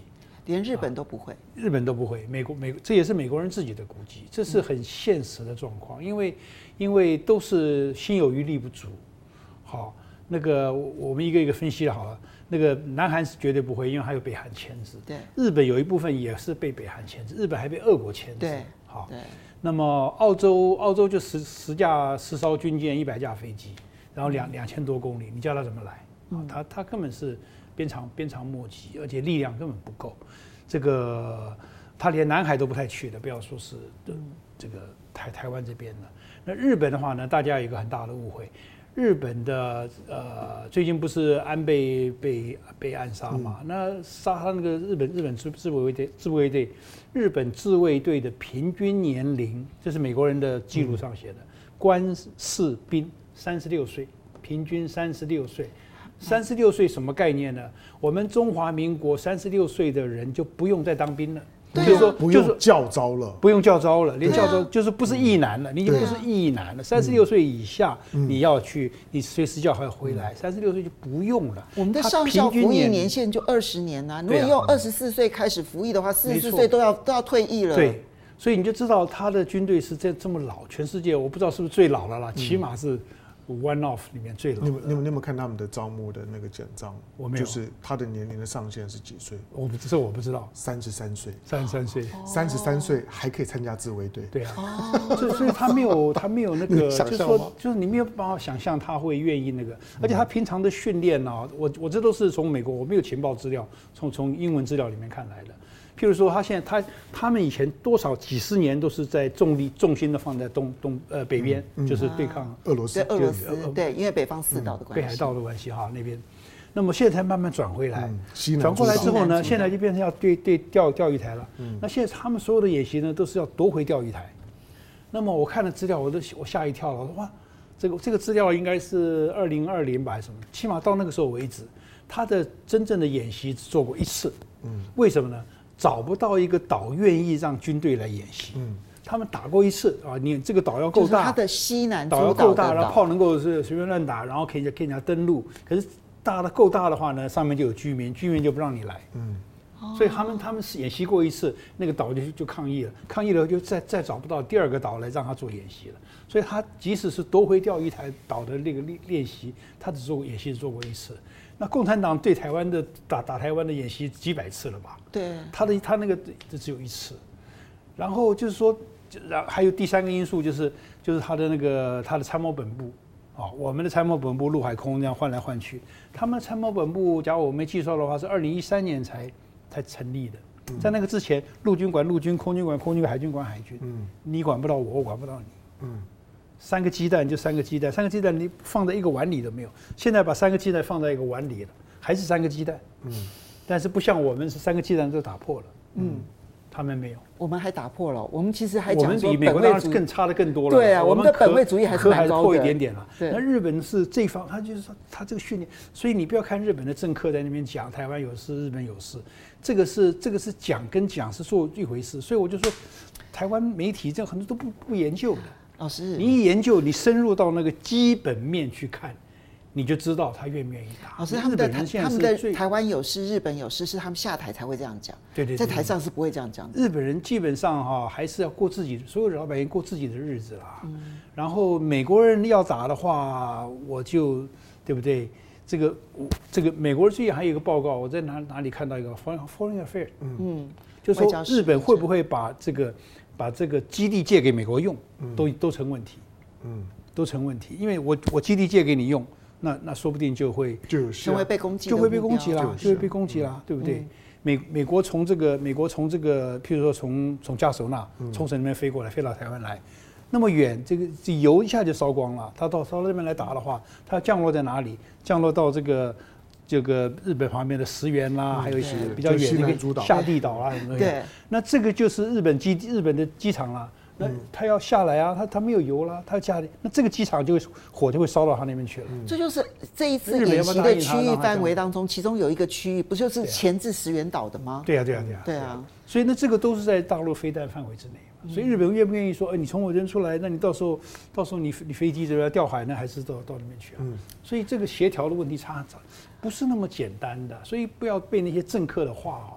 连日本都不会， 日本都不会，美国这也是美国人自己的估计，这是很现实的状况，因为都是心有余力不足。好，那个我们一个一个分析了好了。那个南韩是绝对不会，因为还有北韩牵制。 对， 日本有一部分也是被北韩牵制，日本还被俄国牵制。 对， 好， 对。 那么澳洲就10艘军舰，100架飞机，然后2000多公里，你叫他怎么来？他根本是鞭长莫及，而且力量根本不够。这个他连南海都不太去的，不要说是这个台湾这边的。那日本的话呢，大家有一个很大的误会。日本的最近不是安倍被暗杀嘛？那杀他那个日本自卫队，日本自卫队的平均年龄，这是美国人的记录上写的，官士兵36岁，平均36岁。36岁什么概念呢？我们中华民国36岁的人就不用再当兵了。 就是说不用教招了， 不用教招了，连教招就是不是役男了，你就不是役男了。36岁以下你要去，你随时叫还要回来。36岁就不用了。 我们的上校服役年限就20年啊，如果用24岁开始服役的话，44岁都要退役了。 对，所以你就知道他的军队是这么老，全世界我不知道是不是最老的啦，起码是one off 里面最老的。 你有没有看他们的招募的那个简章？ 我没有。 就是他的年龄的上限是几岁？ 我不知道。 33岁。 33岁。 33岁还可以参加自卫队。 对啊。所以他没有那个，就是你没有办法想象他会愿意那个，而且他平常的训练啊，我这都是从美国，我没有情报资料，从英文资料里面看来的。譬如说，他们以前几十年都是在重心的放在北边，就是对抗俄罗斯。 对俄罗斯，对，因为北方四岛的关系， 北海道的关系哈那边。那么现在才慢慢转回来，转过来之后呢，现在就变成要对钓鱼台了。那现在他们所有的演习呢，都是要夺回钓鱼台。那么我看了资料，我吓一跳了，我说哇，这个资料应该是2020吧还是什么？起码到那个时候为止，他的真正的演习只做过1次。为什么呢？找不到一个岛愿意让军队来演习。他们打过1次啊，你这个岛要够大， 它的西南岛要够大，然后炮能够是随便乱打，然后可以人家登陆。可是够大的话呢，上面就有居民就不让你来。所以他们是演习过1次，那个岛就抗议了就再找不到第2个岛来让他做演习了。所以他即使是夺回钓鱼台岛的那个练习，他演习只做过1次。那共产党对台湾的打台湾的演习几百次了吧？ 对， 他那个只有1次。然后就是说，还有第3个因素就是他的参谋本部啊，我们的参谋本部陆海空这样换来换去，他们的参谋本部，假如我没记错的话，是2013年才成立的。在那个之前，陆军管陆军，空军管空军，海军管海军。你管不到我，我管不到你。3个鸡蛋就3个鸡蛋，3个鸡蛋你放在一个碗里都没有。现在把3个鸡蛋放在一个碗里了，还是3个鸡蛋。但是不像我们是3个鸡蛋都打破了。他们没有， 我们还打破了。我们其实还讲说， 我们比美国当然更差的更多了。 对啊，我们的本位主义还是蛮高的， 破一点点了。那日本是这一方，他就是说他这个训练，所以你不要看日本的政客在那边讲台湾有事，日本有事，这个是讲跟讲是做一回事。所以我就说，台湾媒体这很多都不研究的。 老师， 你一研究，你深入到那个基本面去看，你就知道他愿不愿意打。 老师，他们的台湾有事，日本有事，是他们下台才会这样讲。 对， 在台上是不会这样讲的。 日本人基本上还是要过自己，所有的老百姓过自己的日子啦。然后美国人要打的话，我就对不对？这个美国最近还有一个报告，我在哪里看到一个 Foreign Affairs， 就说日本会不会把这个基地借给美国用，都成问题。都成问题，因为我基地借给你用。那说不定就会被攻击， 就会被攻击啦，对不对？美国从这个，譬如说从加索纳、冲绳那边飞过来，飞到台湾来，那么远，这油一下就烧光了。他烧到这边来打的话，他降落在哪里？降落到这个日本旁边的石垣啦，还有一些比较远的一个下地岛啦什么的。 对， 那这个就是日本的机场啦。那他要下来啊，他没有油了，他要下来，那这个机场火就会烧到他那边去了。 这就是这一次演习的区域范围当中，其中有一个区域不就是前置石垣岛的吗？ 对啊。所以这个都是在大陆飞弹范围之内嘛。所以日本愿不愿意说，你从我这边出来，那你到时候你飞机这边调海呢，还是到那边去啊？所以这个协调的问题不是那么简单的，所以不要被那些政客的话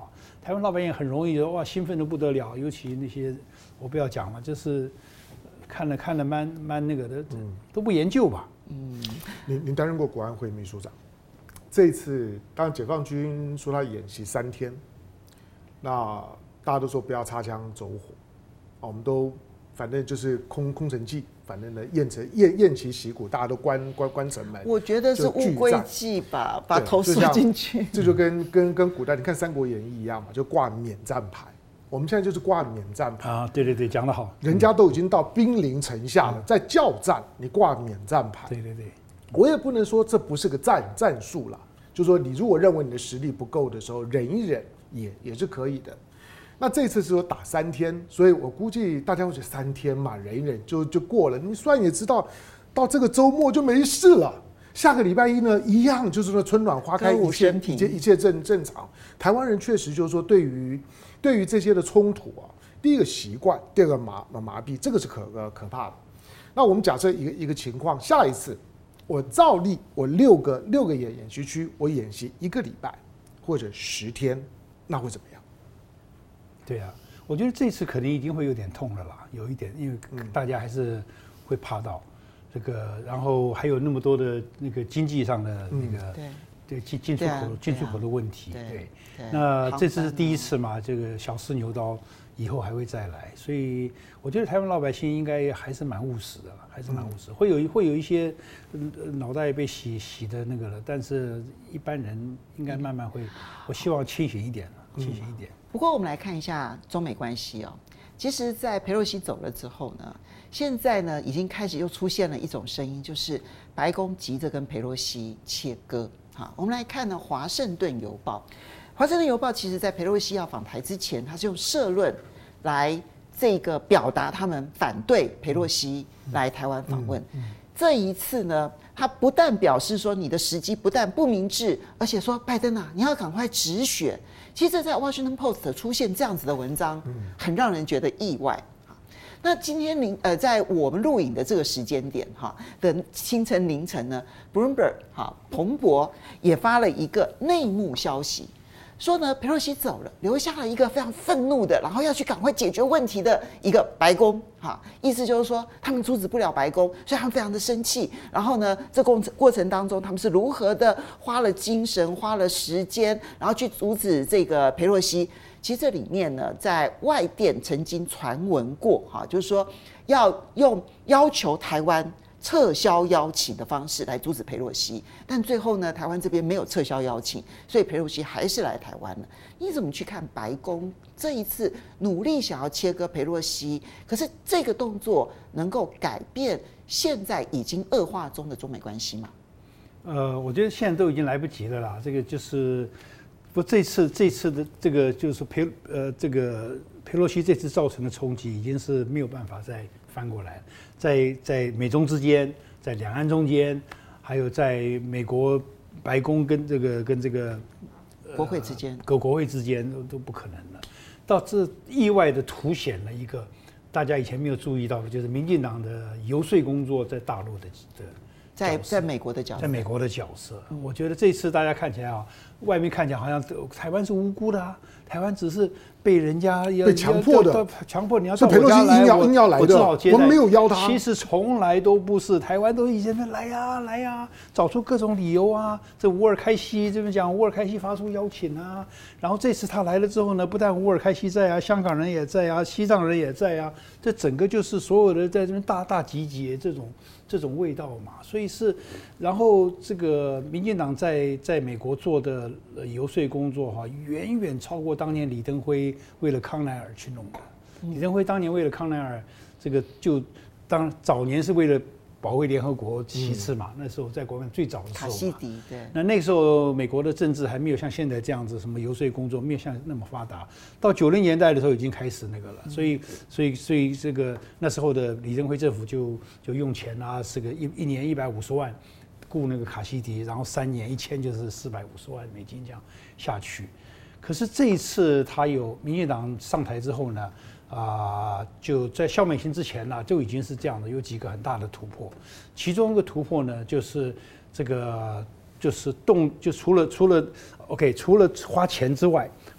台湾老百姓很容易哇兴奋得不得了，尤其那些我不要讲了，就是看了蛮那个的，都不研究吧。 您担任过国安会秘书长，这一次当然解放军说他演习3天，那大家都说不要擦枪走火，我们都反正就是空城计，反正呢偃旗息鼓，大家都关城门。 我觉得是乌龟计吧，把头缩进去。 这就跟古代你看《三国演义》一样嘛，就挂免战牌。我们现在就是挂免战牌啊，对，讲得好。 人家都已经到兵临城下了，在叫战，你挂免战牌。 对， 我也不能说这不是个战术啦，就是说你如果认为你的实力不够的时候，忍一忍也是可以的。那这次是说打3天，所以我估计大家会觉得3天嘛，忍一忍就过了。你算也知道，到这个周末就没事了。下个礼拜一呢，一样就是说春暖花开，一切正常。台湾人确实就是说，对于这些的冲突啊，第一个习惯，第二个麻痹，这个是可怕的。那我们假设一个情况，下一次我照例我6个演习区，我演习1个礼拜或者10天，那会怎么样？ 对啊，我觉得这次肯定一定会有点痛了啦，有一点，因为大家还是会怕到这个，然后还有那么多的那个经济上的那个对进出口的问题，对，那这次是第一次嘛，这个小试牛刀，以后还会再来，所以我觉得台湾老百姓应该还是蛮务实的了，还是蛮务实，会有一些脑袋被洗的那个了，但是一般人应该慢慢会，我希望清醒一点。 不过我们来看一下中美关系哦。其实，在裴洛西走了之后呢，现在呢已经开始又出现了一种声音，就是白宫急着跟裴洛西切割。好，我们来看呢，《华盛顿邮报》。《华盛顿邮报》其实在裴洛西要访台之前，他是用社论来这个表达他们反对裴洛西来台湾访问。这一次呢，他不但表示说你的时机不但不明智，而且说拜登啊，你要赶快止血。其实，在 Washington Post 出现这样子的文章，很让人觉得意外。那今天在我们录影的这个时间点的清晨凌晨呢 ，Bloomberg 彭博也发了一个内幕消息。说呢，裴洛西走了，留下了一个非常愤怒的，然后要去赶快解决问题的一个白宫，意思就是说他们阻止不了白宫，所以他们非常的生气。然后呢，这过程当中，他们是如何的花了精神、花了时间，然后去阻止这个裴洛西。其实这里面呢，在外电曾经传闻过，就是说要求台湾撤销邀请的方式来阻止裴洛西，但最后呢，台湾这边没有撤销邀请，所以裴洛西还是来台湾了。你怎么去看白宫这一次努力想要切割裴洛西？可是这个动作能够改变现在已经恶化中的中美关系吗？ 我觉得现在都已经来不及了啦。这个就是这次的这个就是这个裴洛西这次造成的冲击已经是没有办法再翻过来了。在美中之间，在两岸中间，还有在美国白宫跟这个国会之间， 国会之间都不可能了。到这意外的凸显了一个大家以前没有注意到的，就是民进党的游说工作在大陆的在美国的角色， 在美国的角色。我觉得这次大家看起来外面看起来好像台湾是无辜的啊，台湾只是被人家被强迫的， 强迫你要到我家来，硬要来的， 我只好接待。 我们没有邀他。 其实从来都不是，台湾都以前来呀，找出各种理由啊。这乌尔开西这边讲，乌尔开西发出邀请啊，然后这次他来了之后呢，不但乌尔开西在啊，香港人也在啊，西藏人也在啊，这整个就是所有的在这边大集结这种味道嘛，所以是，然后这个民进党在美国做的游说工作远远超过当年李登辉为了康奈尔去弄的。李登辉当年为了康奈尔，这个早年是为了保卫联合国其次嘛，那时候在国外最早的时候， 卡西迪对。 那个时候美国的政治还没有像现在这样子，什么游说工作没有像那么发达。到90年代的时候已经开始那个了，所以这个那时候的李登辉政府就用钱啊，是个一年150万雇那个卡西迪，然后3年1000就是450万美金这样下去。可是这一次他有民进党上台之后呢？就在萧美琴之前呢，就已经是这样的，有几个很大的突破。其中一个突破呢，就是这个除了花钱之外，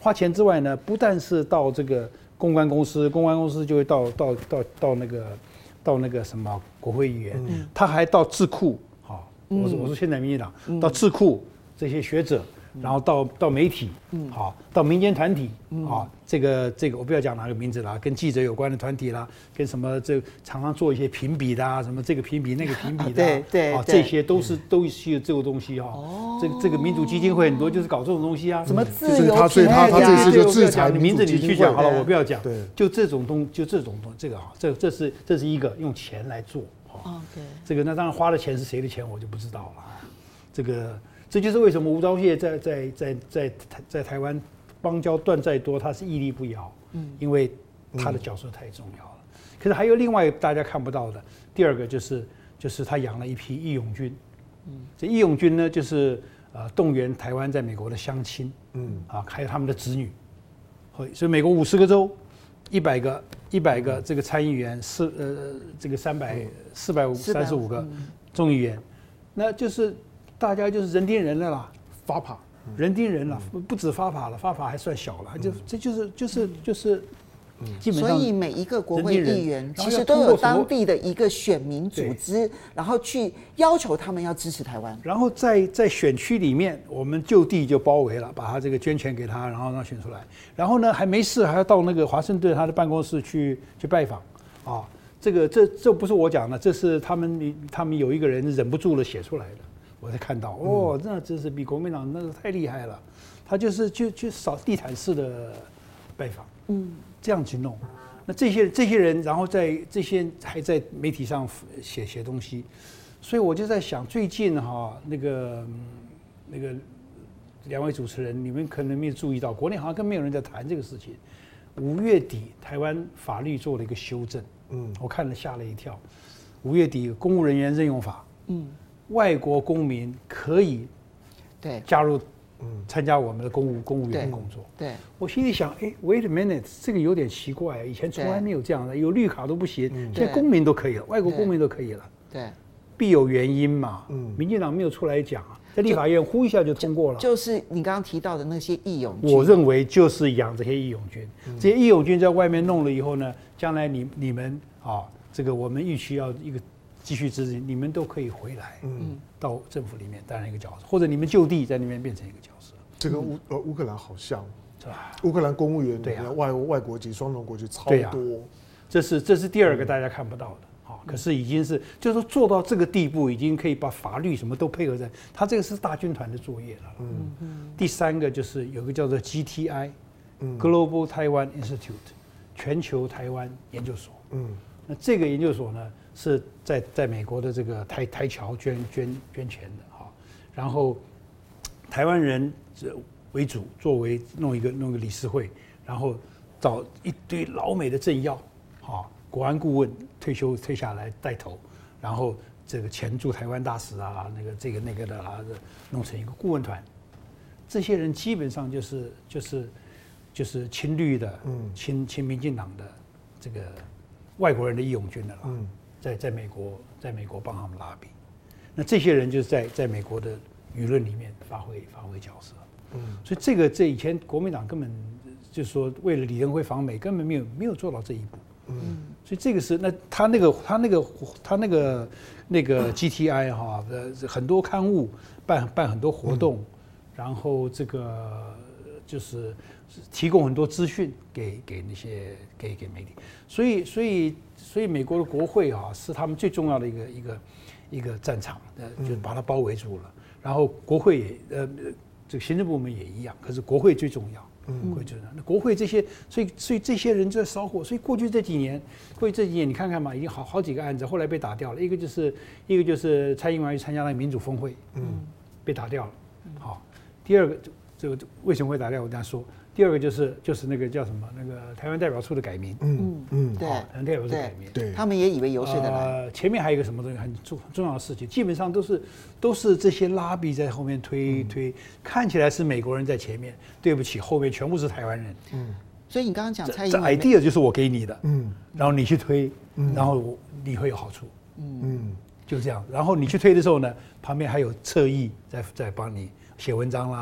花钱之外呢，不但是到这个公关公司，公关公司就会到那个什么国会议员，他还到智库，好，我说现在民进党到智库这些学者。然后到媒体，好，到民间团体，啊，这个我不要讲哪个名字啦，跟记者有关的团体啦，跟什么常常做一些评比的啊，什么这个评比那个评比的， 对， 啊，这些都是这个东西哈。这个民主基金会很多就是搞这种东西啊， 什么自由， 所以他这次就制裁名字你去讲好了，我不要讲。 对， 就这种东，这个啊，这是一个用钱来做， 哦，对， 这个那当然花的钱是谁的钱我就不知道了，这就是为什么吴钊燮在台湾邦交断再多，他是屹立不摇，因为他的角色太重要了。可是还有另外大家看不到的，第二个就是他养了一批义勇军，这义勇军呢就是动员台湾在美国的乡亲，还有他们的子女，所以美国50个州，100个这个参议员，这个435个众议员，那就是。大家就是人盯人了啦， 发法， 人盯人了，不止发法了，发法还算小了，这就是，基本上。所以每一个国会议员其实都有当地的一个选民组织，然后去要求他们要支持台湾。 然后在选区里面，我们就地就包围了，把他这个捐钱给他，然后让他选出来。然后呢，还没事还要到那个华盛顿他的办公室去拜访，啊，这不是我讲的，这是他们有一个人忍不住了写出来的。我才看到哦，那真是比国民党那个太厉害了，他就扫地毯式的拜访，这样去弄。那这些人，然后这些还在媒体上写东西，所以我就在想，最近那个两位主持人，你们可能没有注意到，国内好像更没有人在谈这个事情。5月底，台湾法律做了一个修正，我看了吓了一跳。5月底，公务人员任用法，外国公民可以加入参加我们的公务员工作。 对， 我心里想，wait a minute， 这个有点奇怪，以前从来没有这样的，有绿卡都不行，现在公民都可以了，外国公民都可以了。 对， 必有原因嘛。民进党没有出来讲啊，在立法院呼一下就通过了。 就是你刚刚提到的那些义勇军， 我认为就是养这些义勇军，这些义勇军在外面弄了以后呢，将来你们这个我们预期要一个。继续支持，你们都可以回来，到政府里面担任一个角色，或者你们就地在那边变成一个角色。 这跟乌克兰好像，是吧？乌克兰公务员对外国籍、双重国籍超多， 这是第二个大家看不到的。可是已经是就是说做到这个地步，已经可以把法律什么都配合在，他这个是大军团的作业了。第三个就是有个叫做 GTI，Global Taiwan Institute， 全球台湾研究所。那这个研究所呢？是在美国的这个台侨捐钱的然后台湾人为主，作为弄一个理事会，然后找一堆老美的政要，国安顾问退下来带头，然后这个前驻台湾大使啊，那个的弄成一个顾问团，这些人基本上就是亲绿的，亲民进党的这个外国人的义勇军的啦。在美国帮他们拉比，那这些人就是在美国的舆论里面发挥角色，所以这以前国民党根本就是说为了李登辉访美根本没有做到这一步，所以这个是那他那个 GTI 很多刊物办很多活动，然后这个就是提供很多资讯给那些给媒体，所以美国的国会是他们最重要的一个战场，就是把它包围住了。然后国会也这个行政部门也一样，可是国会最重要，国会最重要。那国会这些，所以这些人就在烧火。所以过去这几年你看看嘛，已经好几个案子，后来被打掉了。一个就是蔡英文去参加那个民主峰会，被打掉了。好，第二个这个为什么会打掉？我等下说。第二个就是那个叫什么那个台湾代表处的改名， 对， 台湾代表处改名， 对，他们也以为游说的来。 前面还有一个什么东西很重要的事情，基本上都是这些拉比在后面推，看起来是美国人在前面，对不起，后面全部是台湾人。 所以你刚刚讲蔡英文， 这 idea 就是我给你的，然后你去推，然后你会有好处，就这样。然后你去推的时候呢，旁边还有侧翼在帮你写文章啦。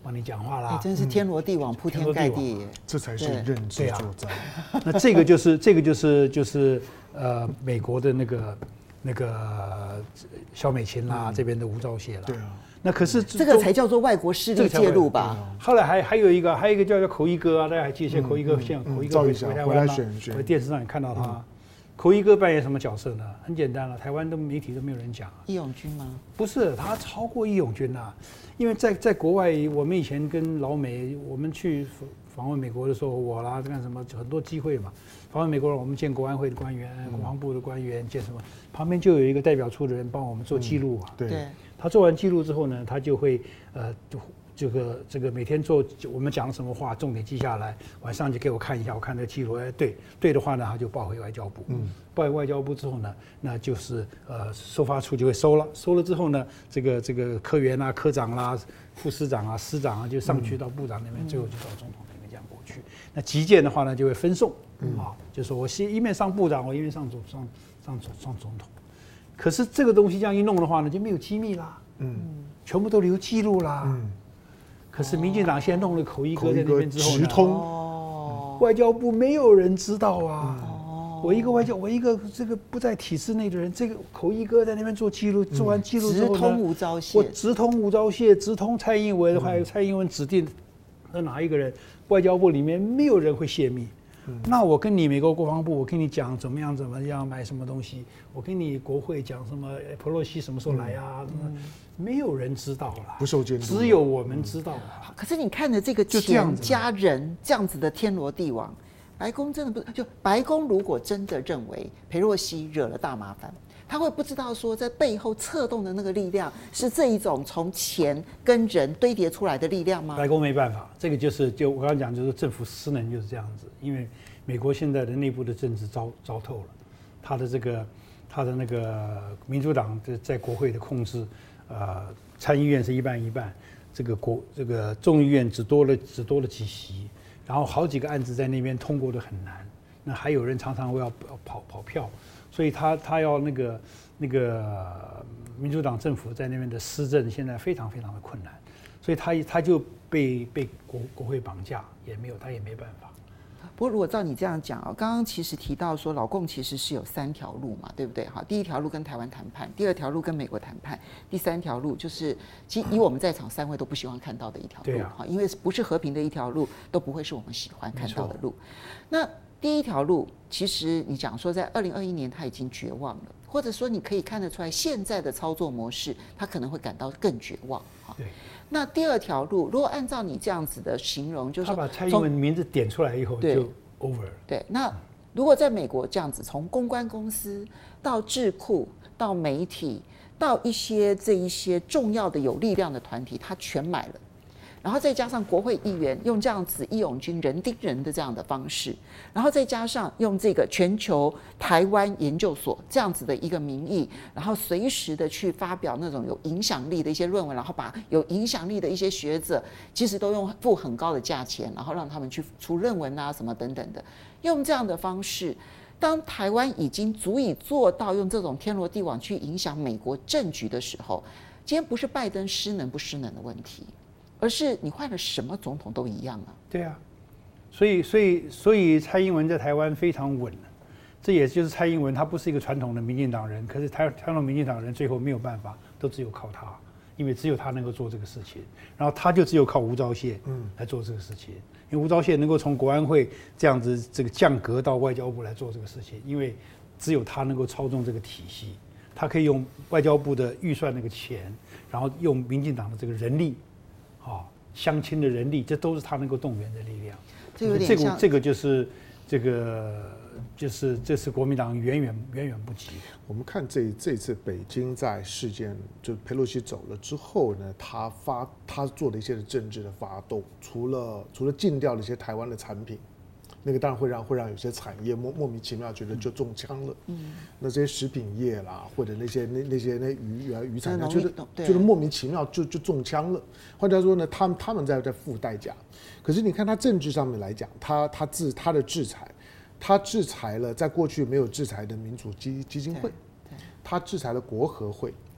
帮你讲话啦， 真是天罗地网，铺天盖地耶。 这才是认知作战。 那这个就是美国的那个萧美琴啦，这边的吴钊燮啦。 对啊。 那可是这个才叫做外国势力介入吧？ 后来还有一个叫口一哥啊，大家还记得口一哥现在口一哥回台湾吗？我电视上也看到他。口一哥扮演什么角色呢？很简单了，台湾的媒体都没有人讲。 义勇军吗？不是，他超过义勇军啊！因为在国外，我们以前跟老美，我们去访问美国的时候，我啦干什么很多机会嘛。访问美国人，我们见国安会的官员、国防部的官员，见什么，旁边就有一个代表处的人帮我们做记录啊。 对。 他做完记录之后呢，他就会这个每天做我们讲了什么话，重点记下来，晚上就给我看一下，我看那个记录，对的话呢，他就报回外交部。报回外交部之后呢，那就是收发处就会收了，收了之后呢，这个科员啊、科长啦、副司长啊、司长啊，就上去到部长那边，最后就到总统那边这样过去。那急件的话呢，就会分送就说我一面上部长，我一面上总统。可是这个东西这样一弄的话呢，就没有机密啦，全部都留记录啦，可是民进党现在弄了口一哥在那边之后直通， 外交部没有人知道啊。我一个这个不在体制内的人，这个口一哥在那边做记录，做完记录之后呢， 直通吴钊燮， 我直通吴钊燮，直通蔡英文，还有蔡英文指定的哪一个人，外交部里面没有人会泄密。那我跟你美国国防部，我跟你讲怎么样买什么东西，我跟你国会讲什么佩洛西什么时候来啊，没有人知道了， 不受监督， 只有我们知道啊。 可是你看着这个钱加人这样子的天罗地网，白宫真的不是，就白宫如果真的认为裴洛西惹了大麻烦，他会不知道说在背后策动的那个力量是这一种从钱跟人堆叠出来的力量吗？ 白宫没办法，这个就我刚刚讲，就是政府失能就是这样子。因为美国现在的内部的政治糟透了，他的那个民主党在国会的控制，参议院是一半一半，这个众议院只多了几席，然后好几个案子在那边通过的很难，那还有人常常会要跑票。所以他要那个民主党政府在那边的施政现在非常非常的困难，所以他就被国会绑架，他也没办法。 不过如果照你这样讲啊，刚刚其实提到说老共其实是有3条路嘛，对不对？好，第一条路跟台湾谈判，第2条路跟美国谈判，第3条路就是其实以我们在场3位都不希望看到的一条路，因为不是和平的一条路，都不会是我们喜欢看到的路。那第一条路，其实你讲说在2021年他已经绝望了，或者说你可以看得出来现在的操作模式，他可能会感到更绝望。 对。 那第2条路，如果按照你这样子的形容，就是他把蔡英文名字点出来以后就 over 了。 对。那如果在美国这样子，从公关公司到智库到媒体到这一些重要的有力量的团体，他全买了。然后再加上国会议员用这样子义勇军人盯人的这样的方式，然后再加上用这个全球台湾研究所这样子的一个名义，然后随时的去发表那种有影响力的一些论文，然后把有影响力的一些学者，其实都用付很高的价钱，然后让他们去出论文啊什么等等的，用这样的方式。当台湾已经足以做到用这种天罗地网去影响美国政局的时候，今天不是拜登失能不失能的问题，而是你换了什么总统都一样啊。 对啊，所以蔡英文在台湾非常稳，这也就是蔡英文他不是一个传统的民进党人，可是传统民进党人最后没有办法，都只有靠他，因为只有他能够做这个事情，然后他就只有靠吴钊燮来做这个事情，因为吴钊燮能够从国安会这样子这个降格到外交部来做这个事情，因为只有他能够操纵这个体系，他可以用外交部的预算那个钱，然后用民进党的这个人力。相亲的人力，这都是他能够动员的力量。这是国民党远远不及。 我们看这次北京在事件就裴洛西走了之后呢，他做的一些政治的发动，除了禁掉了一些台湾的产品。那个当然会让有些产业莫名其妙觉得就中枪了，那这些食品业啦，或者那些渔产业，觉得莫名其妙就中枪了。换句话说呢，他们在付代价。可是你看他政治上面来讲，他的制裁，他制裁了在过去没有制裁的民主基金会，他制裁了国合会，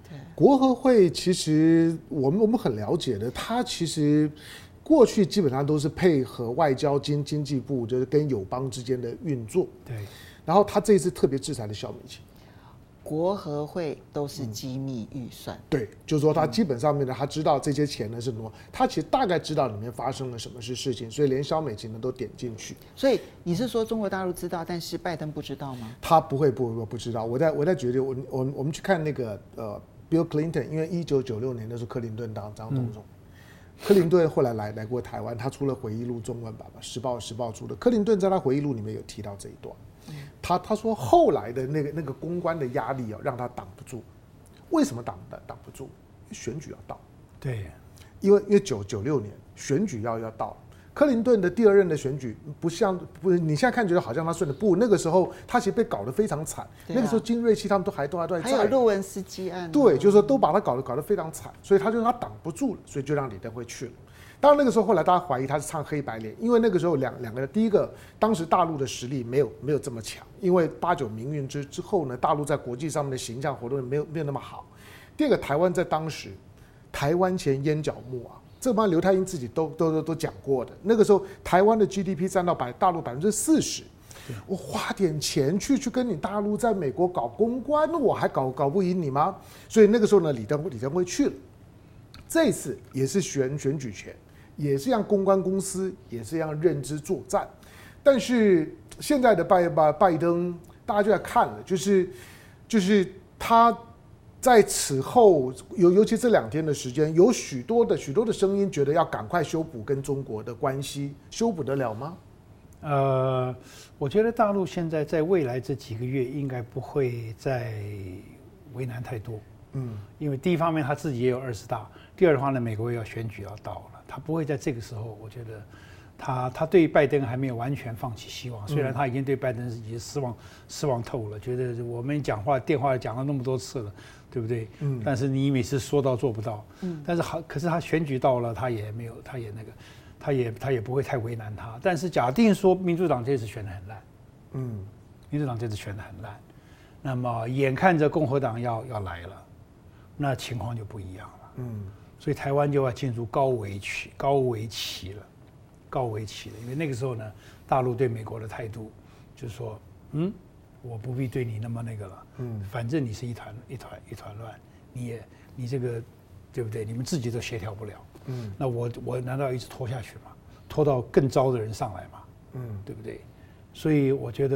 国合会其实我们很了解的，它其实过去基本上都是配合外交经济部，就是跟友邦之间的运作。 对。 然后他这一次特别制裁了萧美琴。 国合会都是机密预算， 对，就是说他基本上面呢，他知道这些钱呢是什么，他其实大概知道里面发生了什么事情，所以连萧美琴呢都点进去。 所以你是说中国大陆知道，但是拜登不知道吗？ 他不会不知道。我在觉得我们去看那个Bill Clinton， 因为1996年的时候克林顿当总统，克林顿后来来过台湾，他出了回忆录中文版吧，时报出的。克林顿在他回忆录里面有提到这一段。他说后来的那个公关的压力让他挡不住。为什么挡不住？因为选举要到。 对， 因为96年选举要到，克林顿的第二任的选举不是你现在看觉得好像他顺的，不，那个时候他其实被搞得非常惨。那个时候金瑞熙他们都还在， 还有路文斯基案， 对，就是说都把他搞得非常惨，所以他挡不住了，所以就让李登辉去了。当然那个时候后来大家怀疑他是唱黑白脸，因为那个时候两个人，第一个当时大陆的实力没有这么强，因为89民运之后呢，大陆在国际上面的形象活动没有那么好。第二个，台湾在当时台湾前烟角木啊，这帮刘太英自己都讲过的，那个时候台湾的 GDP 占到大陆40%，我花点钱去跟你大陆在美国搞公关，我还搞不赢你吗？所以那个时候呢，李登辉去了，这一次也是选举权。也是让公关公司，也是让认知作战，但是现在的拜登，大家就在看了，就是他在此后尤其这2天的时间，有许多的声音觉得要赶快修补跟中国的关系，修补得了吗？ 我觉得大陆现在在未来这几个月应该不会再为难太多，因为第一方面他自己也有20大，第二的话呢，美国要选举要到了。他不会在这个时候，我觉得他对拜登还没有完全放弃希望，虽然他已经对拜登已经失望透了，觉得我们电话讲了那么多次了，对不对？但是你每次说到做不到，但是可是他选举到了，他也不会太为难他。但是假定说民主党这次选得很烂，民主党这次选得很烂，那么眼看着共和党要来了，那情况就不一样了。所以台湾就要进入高危期了，因为那个时候呢，大陆对美国的态度就是说，我不必对你那么那个了，反正你是一团乱，你这个对不对？你们自己都协调不了，那我难道一直拖下去吗？拖到更糟的人上来嘛，对不对？所以我觉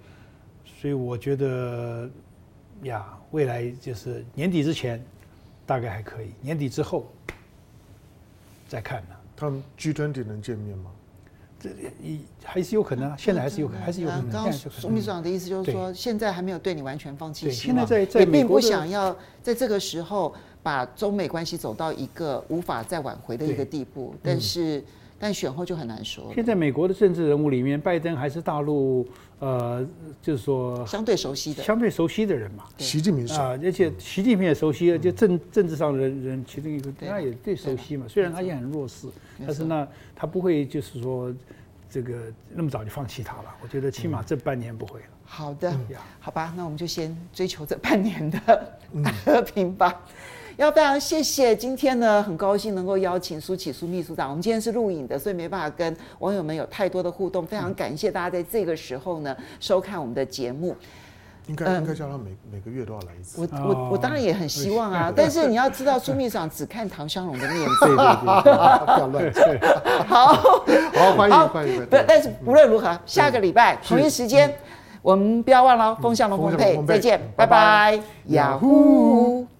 得呀，未来就是年底之前大概还可以，年底之后再看呢。 他们 G20 能见面吗？ 这还是有可能，现在还是有可能。 刚刚苏秘书长的意思就是说，现在还没有对你完全放弃希望， 现在也并不想要在这个时候把中美关系走到一个无法再挽回的一个地步，但选后就很难说了。 现在美国的政治人物里面，拜登还是大陆就是说相对熟悉的人嘛。 习近平而且习近平也熟悉，就政治上的人，其中一个他也最熟悉嘛。虽然他也很弱势，但是呢，他不会就是说这个那么早就放弃他了。我觉得起码这半年不会了。 好的，好吧，那我们就先追求这半年的和平吧。要非常谢谢，今天呢很高兴能够邀请苏秘书长。我们今天是录影的，所以没办法跟网友们有太多的互动。非常感谢大家在这个时候呢收看我们的节目。 应该叫他每个月都要来一次。 我当然也很希望啊，但是你要知道，苏秘书长只看唐湘龙的面子， 对，不要乱讲。好，欢迎。 但是无论如何，下个礼拜同一时间，我们不要忘了风向龙凤配，再见，拜拜，雅虎。